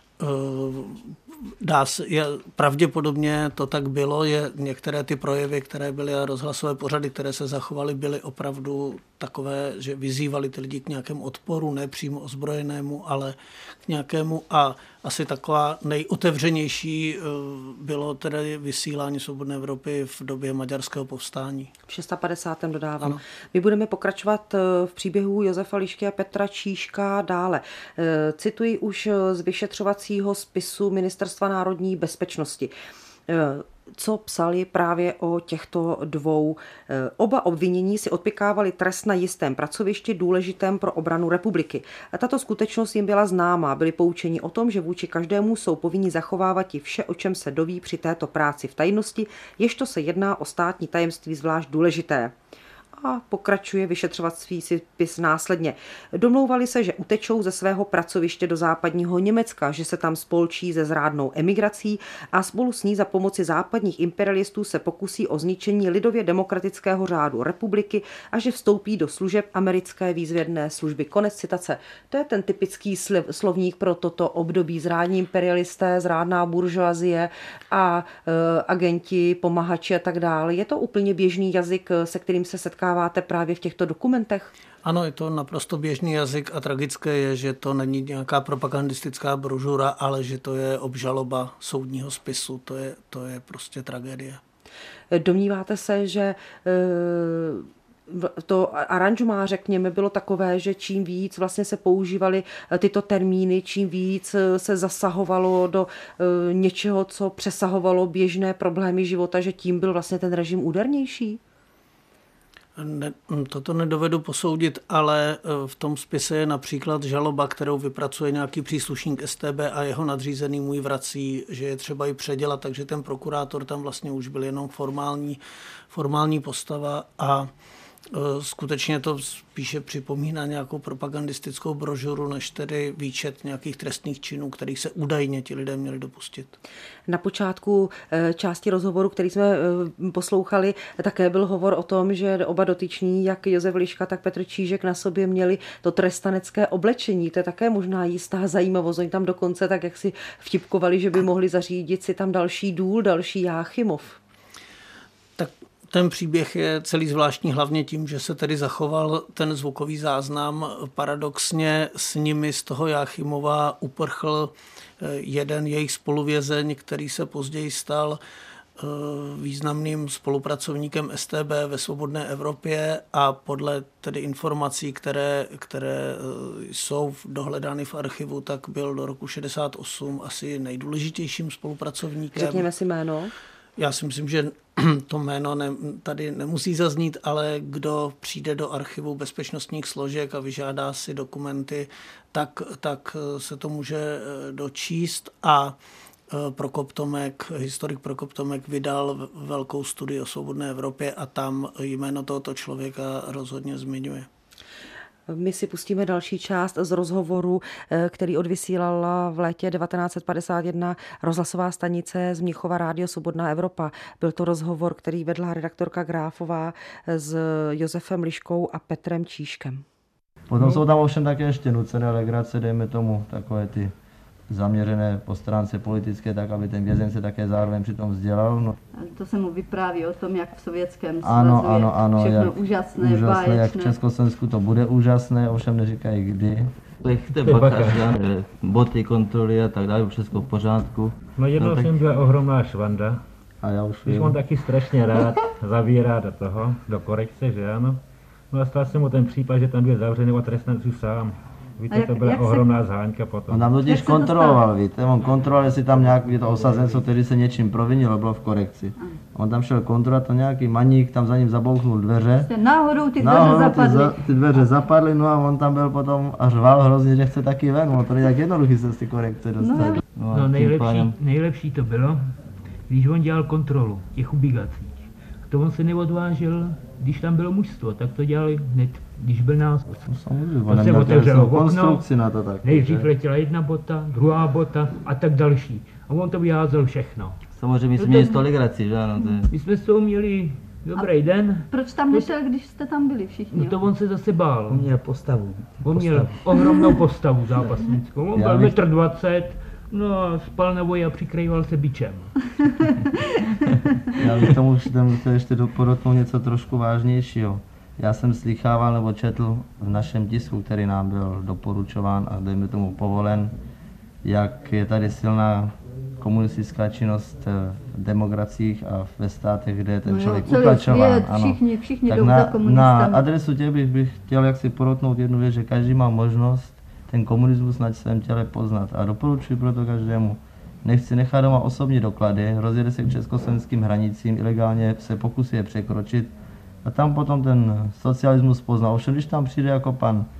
Dá se, je, pravděpodobně to tak bylo, je některé ty projevy, které byly a rozhlasové pořady, které se zachovaly, byly opravdu takové, že vyzývali ty lidi k nějakému odporu, ne přímo ozbrojenému, ale k nějakému a asi taková nejotevřenější bylo tedy vysílání Svobodné Evropy v době maďarského povstání. V padesátém šestém dodávám. Ano. My budeme pokračovat v příběhu Josefa Lišky a Petra Čížka dále. Cituji už z vyšetřovacího spisu Ministerstva národní bezpečnosti, co psali právě o těchto dvou. Oba obvinění si odpykávali trest na jistém pracovišti důležitém pro obranu republiky. A tato skutečnost jim byla známá. Byli poučeni o tom, že vůči každému jsou povinni zachovávat i vše, o čem se doví při této práci v tajnosti, ježto se jedná o státní tajemství zvlášť důležité. A pokračuje vyšetřovací spis následně. Domlouvali se, že utečou ze svého pracoviště do západního Německa, že se tam spolčí se zrádnou emigrací a spolu s ní za pomoci západních imperialistů se pokusí o zničení lidově demokratického řádu republiky a že vstoupí do služeb americké výzvědné služby. Konec citace. To je ten typický slovník pro toto období. Zrádní imperialisté, zrádná buržoazie a e, agenti, pomahači a tak dále. Je to úplně běžný jazyk, se kterým se setká právě v těchto dokumentech? Ano, je to naprosto běžný jazyk a tragické je, že to není nějaká propagandistická brožura, ale že to je obžaloba soudního spisu. To je, to je prostě tragédie. Domníváte se, že to aranžmá, řekněme, bylo takové, že čím víc vlastně se používaly tyto termíny, čím víc se zasahovalo do něčeho, co přesahovalo běžné problémy života, že tím byl vlastně ten režim údernější? Ne, toto nedovedu posoudit, ale v tom spise je například žaloba, kterou vypracuje nějaký příslušník S T B a jeho nadřízený můj vrací, že je třeba ji předělat, takže ten prokurátor tam vlastně už byl jenom formální, formální postava a skutečně to spíše připomíná nějakou propagandistickou brožuru, než tedy výčet nějakých trestných činů, kterých se údajně ti lidé měli dopustit. Na počátku části rozhovoru, který jsme poslouchali, také byl hovor o tom, že oba dotyční, jak Josef Liška, tak Petr Čížek, na sobě měli to trestanecké oblečení. To je také možná jistá zajímavost. Oni tam dokonce tak, jak si vtipkovali, že by mohli zařídit si tam další důl, další Jáchymov. Tak Ten příběh je celý zvláštní hlavně tím, že se tedy zachoval ten zvukový záznam. Paradoxně s nimi z toho Jáchymova uprchl jeden jejich spoluvězeň, který se později stal významným spolupracovníkem S T B ve Svobodné Evropě a podle tedy informací, které, které jsou dohledány v archivu, tak byl do roku šedesát osm asi nejdůležitějším spolupracovníkem. Řekněme si jméno. Já si myslím, že to jméno ne, tady nemusí zaznít, ale kdo přijde do archivu bezpečnostních složek a vyžádá si dokumenty, tak, tak se to může dočíst. A Prokop Tomek, historik Prokop Tomek vydal velkou studii o Svobodné Evropě a tam jméno tohoto člověka rozhodně zmiňuje. My si pustíme další část z rozhovoru, který odvysílala v létě devatenáct set padesát jedna rozhlasová stanice z Mnichova Rádio Svobodná Evropa. Byl to rozhovor, který vedla redaktorka Gráfová s Josefem Liškou a Petrem Číškem. Potom jsou tam ovšem také ještě nucené legrace, dejme tomu takové ty zaměřené po stránce politické, tak aby ten vězeň se také zároveň přitom vzdělal. No. To se mu vypráví o tom, jak v Sovětském svazu ano, ano, ano, všechno jak úžasné, úžasné, báječné. Jak v Československu to bude úžasné, ovšem neříkají kdy. Lechte bakař, boty, kontroly a tak dále, všechno v pořádku. No jednou no, tak... jsem byla ohromná švanda. A já už Když mám taky strašně rád zavírá do toho, do korekce, že ano. No a stal jsem mu ten případ, že tam byl zavřený a trestnanců sám. Víte, jak, to byla ohromná se... zháňka potom. On tam totiž kontroloval, víte, on kontroloval, jestli tam nějak, je to osazenstvo, který se něčím provinilo, bylo v korekci. On tam šel kontrolovat, to nějaký maník, tam za ním zabouchnul dveře. Náhodou ty dveře Náhodou zapadly. Ty, za, ty dveře zapadly, no a on tam byl potom a řval hrozně, že chce taky ven, on to je tak jednoduchý se z ty korekce dostat. No, no, no nejlepší, nejlepší to bylo, když on dělal kontrolu těch ubigací. To on se neodvážil, když tam bylo mužstvo, tak to dělali hned, když byl nás. On se otevřelo okno, na to tak, nejdřív že? Letěla jedna bota, druhá bota a tak další. A on to vyházel všechno. Samozřejmě my jsme měli sto legrací, že ano? My jsme s toho měli dobrý a den. Proč tam nešel, když jste tam byli všichni? No to on se zase bál. On měl postavu. On měl ohromnou postavu zápasnickou. On byl metr dvacet. No a spal na voji a přikrýval se bičem. Já bych tomu musel ještě podotknout něco trošku vážnějšího. Já jsem slychával nebo četl v našem tisku, který nám byl doporučován a dejme tomu povolen, jak je tady silná komunistická činnost v demokraciích a ve státech, kde je ten no člověk jo, utlačován. Všichni, všichni tak na, na adresu těch bych, bych chtěl jaksi podotknout jednu věc, že každý má možnost ten komunismus na svém těle poznat. A doporučuji proto každému. Nechci nechat doma osobní doklady, rozjede se k československým hranicím, ilegálně se pokusí je překročit a tam potom ten socialismus pozná. Ovšem, když tam přijde jako pan uh,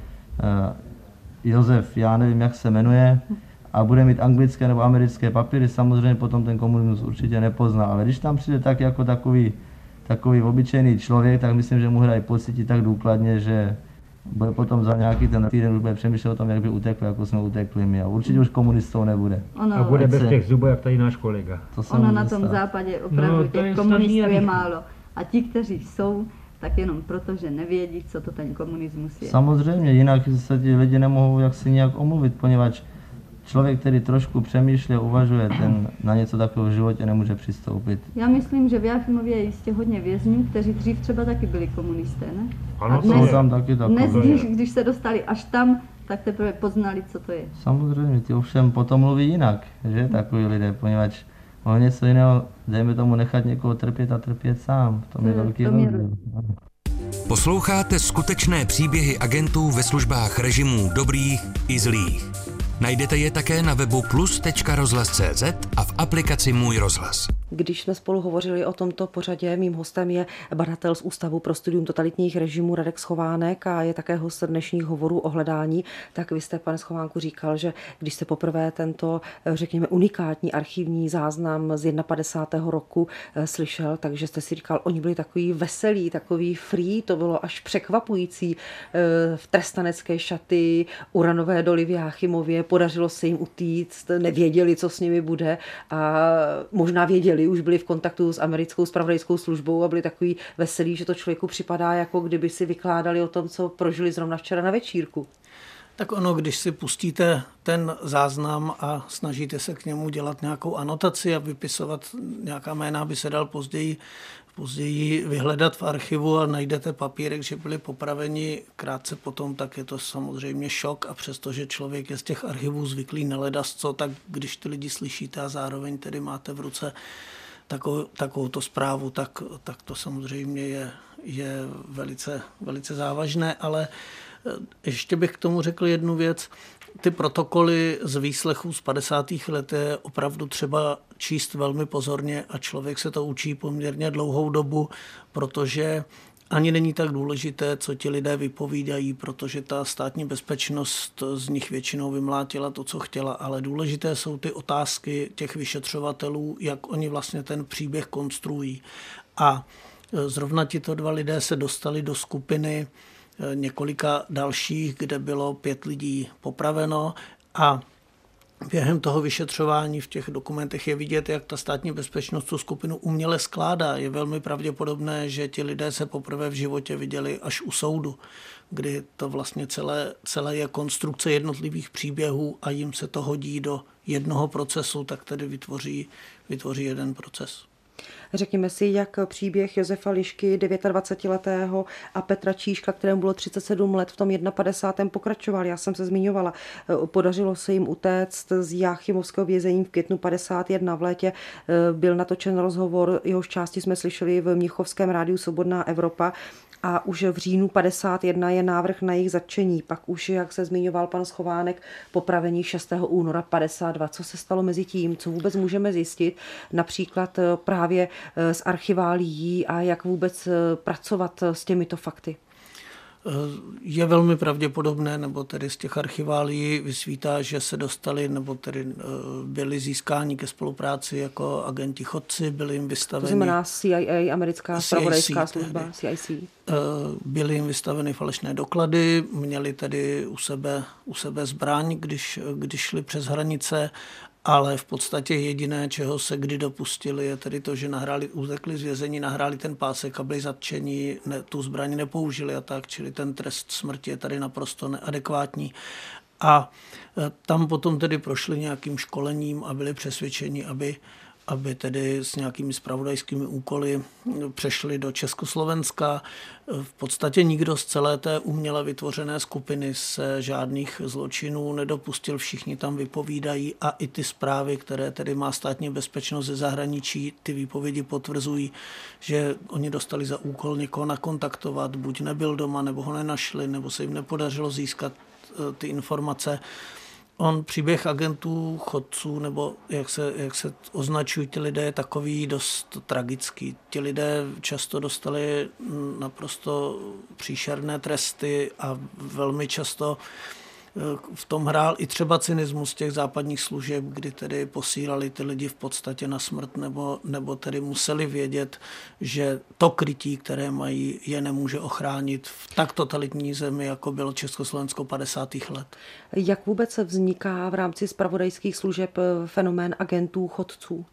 Josef, já nevím, jak se jmenuje, a bude mít anglické nebo americké papíry, samozřejmě potom ten komunismus určitě nepozná. Ale když tam přijde tak jako takový, takový obyčejný člověk, tak myslím, že mu hrají pocítit tak důkladně, že bude potom za nějaký ten týden už bude přemýšlet o tom, jak by utekl, jako jsme utekli my. A určitě už komunistou nebude. Ono, a bude bez se... těch zubů, jak tady náš kolega. To ono na tom stát. Západě opravdu no, těch komunistů je málo. A ti, kteří jsou, tak jenom proto, že nevědí, co to ten komunismus je. Samozřejmě, jinak se ti lidi nemohou jaksi nějak omluvit, poněvadž člověk, který trošku přemýšlí a uvažuje, ten na něco takového v životě nemůže přistoupit. Já myslím, že v Jáchymově je jistě hodně vězňů, kteří dřív třeba taky byli komunisté, ne? Ano, dnes, tam taky takové. Dnes, když, když se dostali až tam, tak teprve poznali, co to je. Samozřejmě, ty ovšem potom mluví jinak, že takový lidé, poněvadž ono něco jiného, dejme tomu nechat někoho trpět a trpět sám. To, to je velký rozdíl. Posloucháte skutečné příběhy agentů ve službách režimů dobrých i zlých. Najdete je také na webu plus tečka rozhlas tečka cé zet a v aplikaci Můj rozhlas. Když jsme spolu hovořili o tomto pořadě, mým hostem je badatel z Ústavu pro studium totalitních režimů Radek Schovánek a je také host dnešních hovorů o hledání. Tak vy jste, pane Schovánku, říkal, že když jste poprvé tento, řekněme, unikátní archivní záznam z padesátého prvního roku slyšel, takže jste si říkal, oni byli takový veselí, takový free, to bylo až překvapující v trestanecké šaty, uranové doly v Jáchymově, podařilo se jim utíct, nevěděli, co s nimi bude a možná věděli, už byli v kontaktu s americkou zpravodajskou službou a byli takový veselí, že to člověku připadá, jako kdyby si vykládali o tom, co prožili zrovna včera na večírku. Tak ono, když si pustíte ten záznam a snažíte se k němu dělat nějakou anotaci a vypisovat nějaká jména, aby se dal později, později vyhledat v archivu a najdete papírek, že byli popraveni krátce potom, tak je to samozřejmě šok a přestože člověk je z těch archivů zvyklý neledasco, tak když ty lidi slyšíte a zároveň tedy máte v ruce takovou, takovouto zprávu, tak, tak to samozřejmě je, je velice, velice závažné, ale ještě bych k tomu řekl jednu věc. Ty protokoly z výslechů z padesátých let je opravdu třeba číst velmi pozorně a člověk se to učí poměrně dlouhou dobu, protože ani není tak důležité, co ti lidé vypovídají, protože ta státní bezpečnost z nich většinou vymlátila to, co chtěla, ale důležité jsou ty otázky těch vyšetřovatelů, jak oni vlastně ten příběh konstruují. A zrovna tito dva lidé se dostali do skupiny několika dalších, kde bylo pět lidí popraveno a během toho vyšetřování v těch dokumentech je vidět, jak ta státní bezpečnost tu skupinu uměle skládá. Je velmi pravděpodobné, že ti lidé se poprvé v životě viděli až u soudu, kdy to vlastně celé, celé je konstrukce jednotlivých příběhů a jim se to hodí do jednoho procesu, tak tedy vytvoří, vytvoří jeden proces. Řekněme si, jak příběh Josefa Lišky, dvacetidevítiletého, a Petra Čížka, kterému bylo třicet sedm let, v tom padesátém prvním pokračoval. Já jsem se zmiňovala. Podařilo se jim utéct z Jáchymovského vězení v květnu padesát jedna. V létě byl natočen rozhovor, jehož části jsme slyšeli v Mnichovském rádiu Svobodná Evropa. A už v říjnu padesát jedna je návrh na jejich zatčení. Pak už, jak se zmiňoval pan Schovánek, popravení šestého února padesát dva. Co se stalo mezi tím? Co vůbec můžeme zjistit? Například právě z archiválií a jak vůbec pracovat s těmito fakty? Je velmi pravděpodobné, nebo tedy z těch archiválií vysvítá, že se dostali, nebo tedy byli získáni ke spolupráci jako agenti chodci, byli jim vystaveni... To znamená C I A, americká zpravodajská služba, C I C. Byly jim vystaveny falešné doklady, měli tedy u sebe, u sebe zbraň, když, když šli přes hranice, ale v podstatě jediné, čeho se kdy dopustili, je tedy to, že nahráli, utekli z vězení, nahráli ten pásek a byli zatčeni, ne, tu zbraň nepoužili a tak, čili ten trest smrti je tady naprosto neadekvátní. A tam potom tedy prošli nějakým školením a byli přesvědčeni, aby aby tedy s nějakými zpravodajskými úkoly přešli do Československa. V podstatě nikdo z celé té uměle vytvořené skupiny se žádných zločinů nedopustil, všichni tam vypovídají a i ty zprávy, které tedy má státní bezpečnost ze zahraničí, ty výpovědi potvrzují, že oni dostali za úkol někoho nakontaktovat, buď nebyl doma, nebo ho nenašli, nebo se jim nepodařilo získat ty informace. On příběh agentů, chodců, nebo jak se, jak se označují ti lidé, je takový dost tragický. Ti lidé často dostali naprosto příšerné tresty a velmi často v tom hrál i třeba cynismus těch západních služeb, kdy tedy posílali ty lidi v podstatě na smrt, nebo, nebo tedy museli vědět, že to krytí, které mají, je nemůže ochránit v tak totalitní zemi, jako bylo Československo padesátých let. Jak vůbec vzniká v rámci zpravodajských služeb fenomén agentů chodců?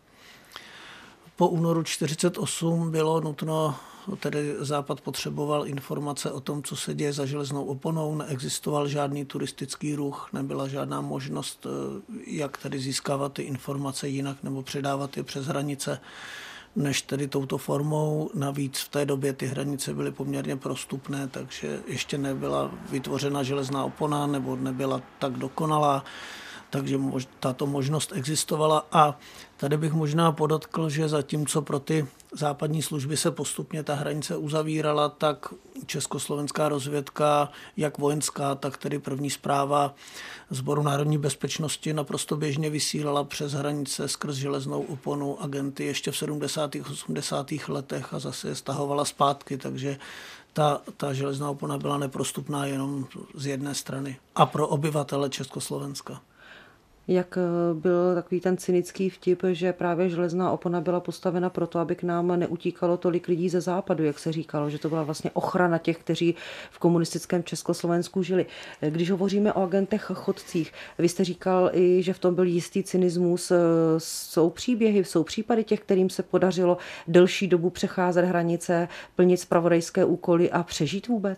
Po únoru čtyřicet osm bylo nutno, tedy Západ potřeboval informace o tom, co se děje za železnou oponou, neexistoval žádný turistický ruch, nebyla žádná možnost, jak tedy získávat ty informace jinak nebo předávat je přes hranice, než tedy touto formou. Navíc v té době ty hranice byly poměrně prostupné, takže ještě nebyla vytvořena železná opona nebo nebyla tak dokonalá. Takže tato možnost existovala a tady bych možná podotkl, že zatímco pro ty západní služby se postupně ta hranice uzavírala, tak československá rozvědka, jak vojenská, tak tedy první správa Sboru národní bezpečnosti naprosto běžně vysílala přes hranice skrz železnou oponu agenty ještě v sedmdesátých osmdesátých letech a zase je stahovala zpátky, takže ta, ta železná opona byla neprostupná jenom z jedné strany a pro obyvatele Československa. Jak byl takový ten cynický vtip, že právě železná opona byla postavena proto, aby k nám neutíkalo tolik lidí ze západu, jak se říkalo, že to byla vlastně ochrana těch, kteří v komunistickém Československu žili. Když hovoříme o agentech chodcích, vy jste říkal i, že v tom byl jistý cynismus. Jsou příběhy, jsou případy těch, kterým se podařilo delší dobu přecházet hranice, plnit zpravodajské úkoly a přežít vůbec?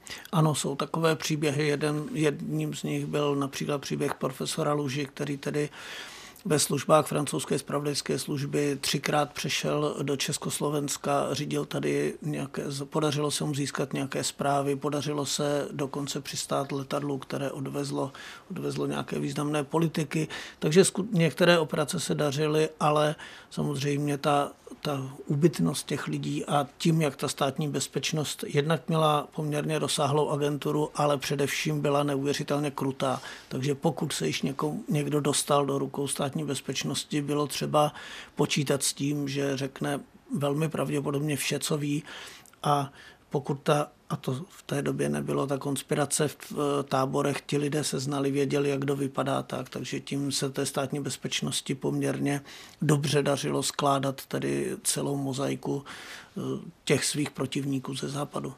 Ano, jsou takové příběhy. Jeden, jedním z nich byl například příběh profesora Luži, který tedy ve službách francouzské zpravodajské služby třikrát přešel do Československa, řídil tady nějaké, podařilo se mu získat nějaké zprávy, podařilo se dokonce přistát letadlu, které odvezlo, odvezlo nějaké významné politiky, takže některé operace se dařily, ale samozřejmě ta, ta úbytnost těch lidí a tím, jak ta státní bezpečnost jednak měla poměrně rozsáhlou agenturu, ale především byla neuvěřitelně krutá. Takže pokud se již někomu, někdo dostal do rukou státní bezpečnosti, bylo třeba počítat s tím, že řekne velmi pravděpodobně vše, co ví, a pokud ta, a to v té době nebylo, ta konspirace v táborech, ti lidé se znali, věděli, jak kdo vypadá, tak, takže tím se té státní bezpečnosti poměrně dobře dařilo skládat tedy celou mozaiku těch svých protivníků ze západu.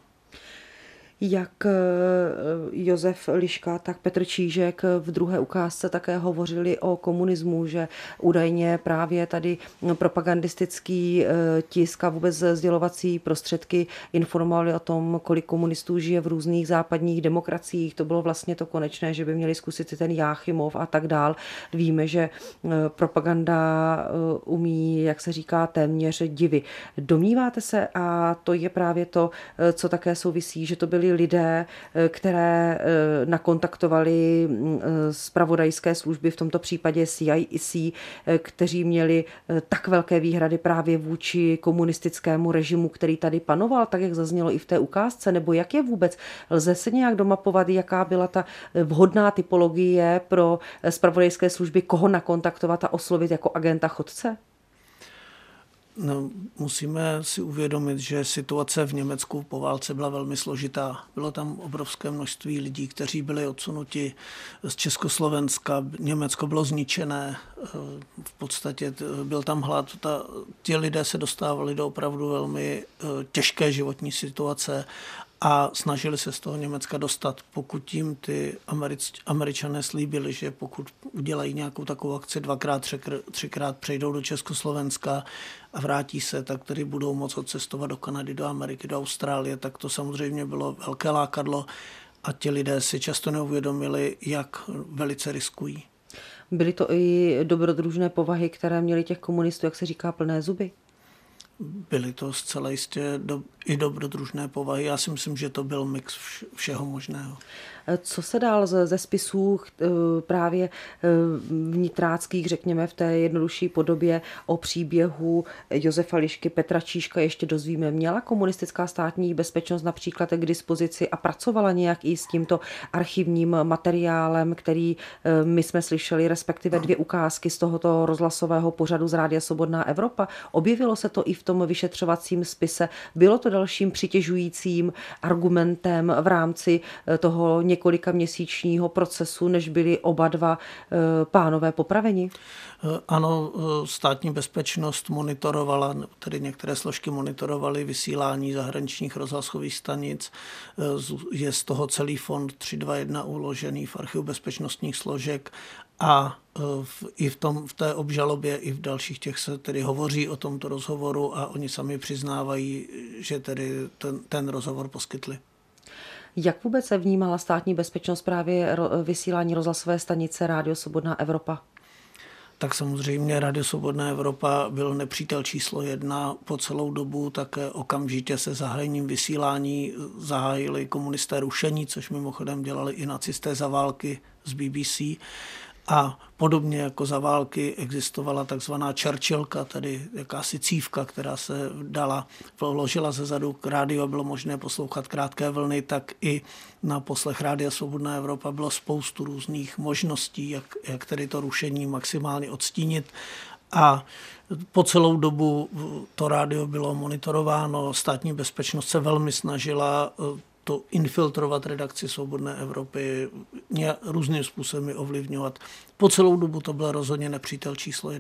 Jak Josef Liška, tak Petr Čížek v druhé ukázce také hovořili o komunismu, že údajně právě tady propagandistický tisk a vůbec sdělovací prostředky informovali o tom, kolik komunistů žije v různých západních demokraciích. To bylo vlastně to konečné, že by měli zkusit ten Jáchymov a tak dál. Víme, že propaganda umí, jak se říká, téměř divy. Domníváte se, a to je právě to, co také souvisí, že to byly lidé, které nakontaktovali zpravodajské služby, v tomto případě C I A, kteří měli tak velké výhrady právě vůči komunistickému režimu, který tady panoval, tak jak zaznělo i v té ukázce, nebo jak je vůbec? Lze se nějak domapovat, jaká byla ta vhodná typologie pro zpravodajské služby, koho nakontaktovat a oslovit jako agenta chodce? No, musíme si uvědomit, že situace v Německu po válce byla velmi složitá. Bylo tam obrovské množství lidí, kteří byli odsunuti z Československa. Německo bylo zničené, v podstatě byl tam hlad. Ta, ti lidé se dostávali do opravdu velmi těžké životní situace a snažili se z toho Německa dostat. Pokud jim ty Američ, Američané slíbili, že pokud udělají nějakou takovou akci dvakrát, třikrát přejdou do Československa a vrátí se, tak tedy budou moct odcestovat do Kanady, do Ameriky, do Austrálie, tak to samozřejmě bylo velké lákadlo a ti lidé si často neuvědomili, jak velice riskují. Byly to i dobrodružné povahy, které měly těch komunistů, jak se říká, plné zuby? Byly to zcela jistě do, i dobrodružné povahy. Já si myslím, že to byl mix všeho možného. Co se dál ze spisů právě vnitráckých, řekněme v té jednodušší podobě o příběhu Josefa Lišky, Petra Čížka ještě dozvíme? Měla komunistická státní bezpečnost například k dispozici a pracovala nějak i s tímto archivním materiálem, který my jsme slyšeli, respektive dvě ukázky z tohoto rozhlasového pořadu z Rádia Svobodná Evropa? Objevilo se to i v tom vyšetřovacím spise? Bylo to dalším přitěžujícím argumentem v rámci toho několika měsíčního procesu, než byli oba dva pánové popraveni? Ano, státní bezpečnost monitorovala, tedy některé složky monitorovaly vysílání zahraničních rozhlasových stanic. Je z toho celý fond tři dva jedna uložený v archivu bezpečnostních složek a v, i v, tom, v té obžalobě, i v dalších těch se tedy hovoří o tomto rozhovoru a oni sami přiznávají, že tedy ten, ten rozhovor poskytli. Jak vůbec se vnímala státní bezpečnost právě vysílání rozhlasové stanice Rádio Svobodná Evropa? Tak samozřejmě Rádio Svobodná Evropa byl nepřítel číslo jedna po celou dobu, také okamžitě se zahájením vysílání zahájili komunisté rušení, což mimochodem dělali i nacisté za války z B B C. A podobně jako za války existovala takzvaná Churchillka, tedy jakási cívka, která se dala, vložila ze zadu k rádiu a bylo možné poslouchat krátké vlny, tak i na poslech Rádia Svobodná Evropa bylo spoustu různých možností, jak, jak tedy to rušení maximálně odstínit. A po celou dobu to rádio bylo monitorováno, státní bezpečnost se velmi snažila to infiltrovat redakci Svobodné Evropy, různým způsobem ovlivňovat. Po celou dobu to byl rozhodně nepřítel číslo jedna.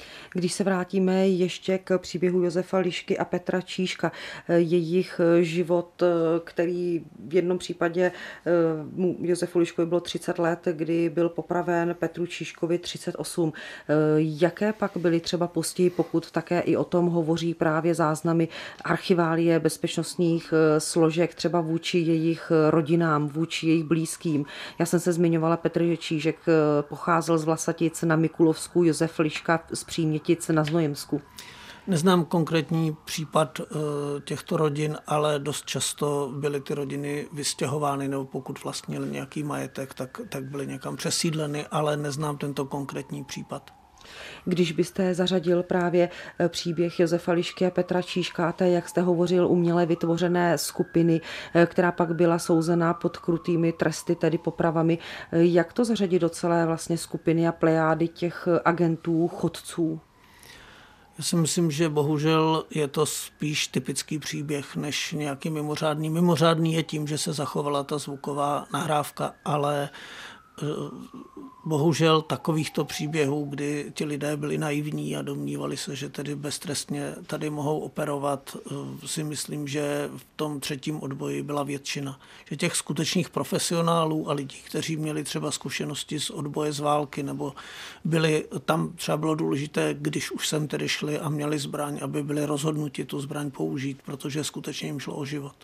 Když se vrátíme ještě k příběhu Josefa Lišky a Petra Čížka, jejich život, který v jednom případě Josefu Liškovi bylo třicet let, kdy byl popraven, Petru Čížkovi třicet osm. Jaké pak byly třeba postihy, pokud také i o tom hovoří právě záznamy archiválie bezpečnostních složek, třeba vůči jejich rodinám, vůči jejich blízkým. Já jsem se zmiňovala, Petr Čížek pocházel z Vlasatic na Mikulovsku, Josef Liška z Přímětic na Znojemsku. Neznám konkrétní případ těchto rodin, ale dost často byly ty rodiny vystěhovány, nebo pokud vlastnili nějaký majetek, tak, tak byly někam přesídleny, ale neznám tento konkrétní případ. Když byste zařadil právě příběh Josefa Lišky a Petra Čížka, té, jak jste hovořil, uměle vytvořené skupiny, která pak byla souzená pod krutými tresty, tedy popravami, jak to zařadit do celé vlastně skupiny a plejády těch agentů, chodců? Já si myslím, že bohužel je to spíš typický příběh než nějaký mimořádný. Mimořádný je tím, že se zachovala ta zvuková nahrávka, ale bohužel takovýchto příběhů, kdy ti lidé byli naivní a domnívali se, že tedy beztrestně tady mohou operovat, si myslím, že v tom třetím odboji byla většina. Že těch skutečných profesionálů a lidí, kteří měli třeba zkušenosti z odboje z války, nebo byli, tam třeba bylo důležité, když už sem tedy šli a měli zbraň, aby byli rozhodnuti tu zbraň použít, protože skutečně jim šlo o život.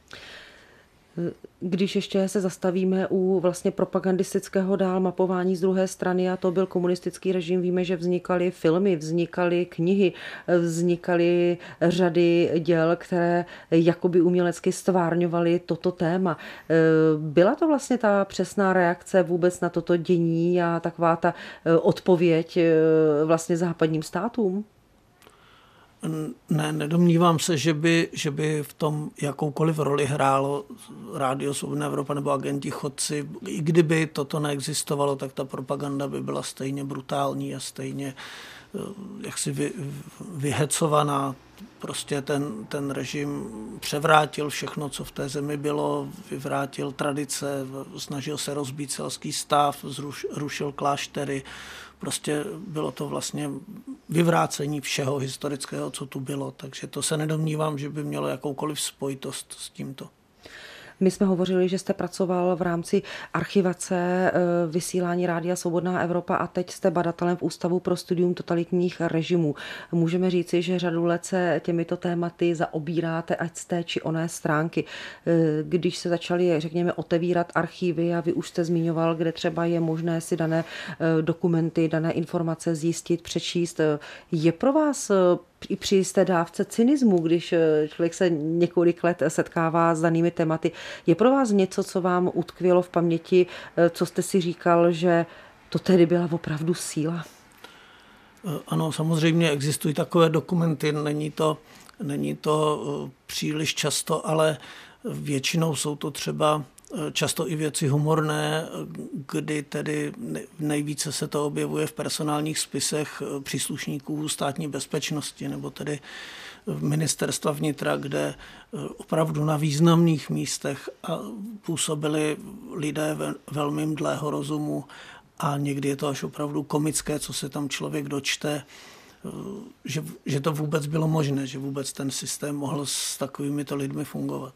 Když ještě se zastavíme u vlastně propagandistického dál mapování z druhé strany, a to byl komunistický režim, víme, že vznikaly filmy, vznikaly knihy, vznikaly řady děl, které jakoby umělecky stvárňovaly toto téma. Byla to vlastně ta přesná reakce vůbec na toto dění a taková ta odpověď vlastně západním státům? Ne, nedomnívám se, že by, že by v tom jakoukoliv roli hrálo Rádio Svobodná Evropa nebo agenti chodci. I kdyby toto neexistovalo, tak ta propaganda by byla stejně brutální a stejně jaksi vy, vyhecovaná. Prostě ten, ten režim převrátil všechno, co v té zemi bylo, vyvrátil tradice, snažil se rozbít selský stav, zruš, rušil kláštery. Prostě bylo to vlastně vyvrácení všeho historického, co tu bylo. Takže to se nedomnívám, že by mělo jakoukoliv spojitost s tímto. My jsme hovořili, že jste pracoval v rámci archivace vysílání Rádia Svobodná Evropa a teď jste badatelem v Ústavu pro studium totalitních režimů. Můžeme říci, že řadu let se těmito tématy zaobíráte, ať z té či oné stránky. Když se začaly, řekněme, otevírat archívy a vy už jste zmiňoval, kde třeba je možné si dané dokumenty, dané informace zjistit, přečíst. Je pro vás i při jisté dávce cynismu, když člověk se několik let setkává s danými tématy, je pro vás něco, co vám utkvělo v paměti, co jste si říkal, že to tedy byla opravdu síla? Ano, samozřejmě existují takové dokumenty, není to, není to příliš často, ale většinou jsou to třeba často i věci humorné, kdy tedy nejvíce se to objevuje v personálních spisech příslušníků státní bezpečnosti nebo tedy ministerstva vnitra, kde opravdu na významných místech působili lidé velmi mdlého rozumu a někdy je to až opravdu komické, co se tam člověk dočte, že, že to vůbec bylo možné, že vůbec ten systém mohl s takovýmito lidmi fungovat.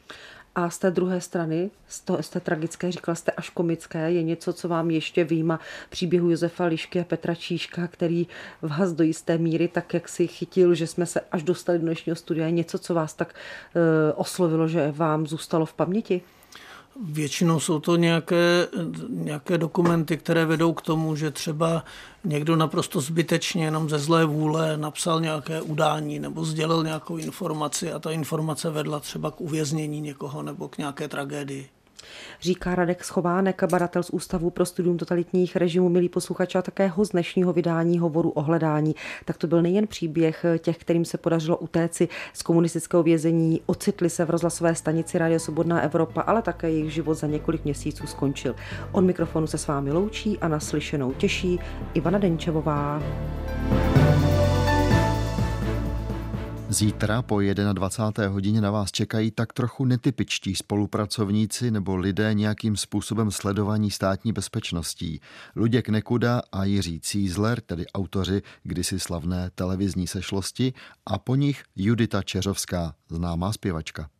A z té druhé strany, z, toho, z té tragické, říkala jste až komické, je něco, co vám ještě vyjíma příběhu Josefa Lišky a Petra Čížka, který vás do jisté míry tak, jak si chytil, že jsme se až dostali do dnešního studia, je něco, co vás tak e, oslovilo, že vám zůstalo v paměti? Většinou jsou to nějaké, nějaké dokumenty, které vedou k tomu, že třeba někdo naprosto zbytečně jenom ze zlé vůle napsal nějaké udání nebo sdělil nějakou informaci a ta informace vedla třeba k uvěznění někoho nebo k nějaké tragédii. Říká Radek Schovánek, badatel z Ústavu pro studium totalitních režimů. Milí posluchači, a také host dnešního vydání Hovoru o hledání. Tak to byl nejen příběh těch, kterým se podařilo utéci z komunistického vězení, ocitli se v rozhlasové stanici Rádio Svobodná Evropa, ale také jejich život za několik měsíců skončil. Od mikrofonu se s vámi loučí a naslyšenou těší Ivana Denčevová. Zítra po dvacáté jedné hodině na vás čekají tak trochu netypičtí spolupracovníci nebo lidé nějakým způsobem sledovaní státní bezpečností. Luděk Nekuda a Jiří Cízler, tedy autoři kdysi slavné televizní sešlosti, a po nich Judita Čeřovská, známá zpěvačka.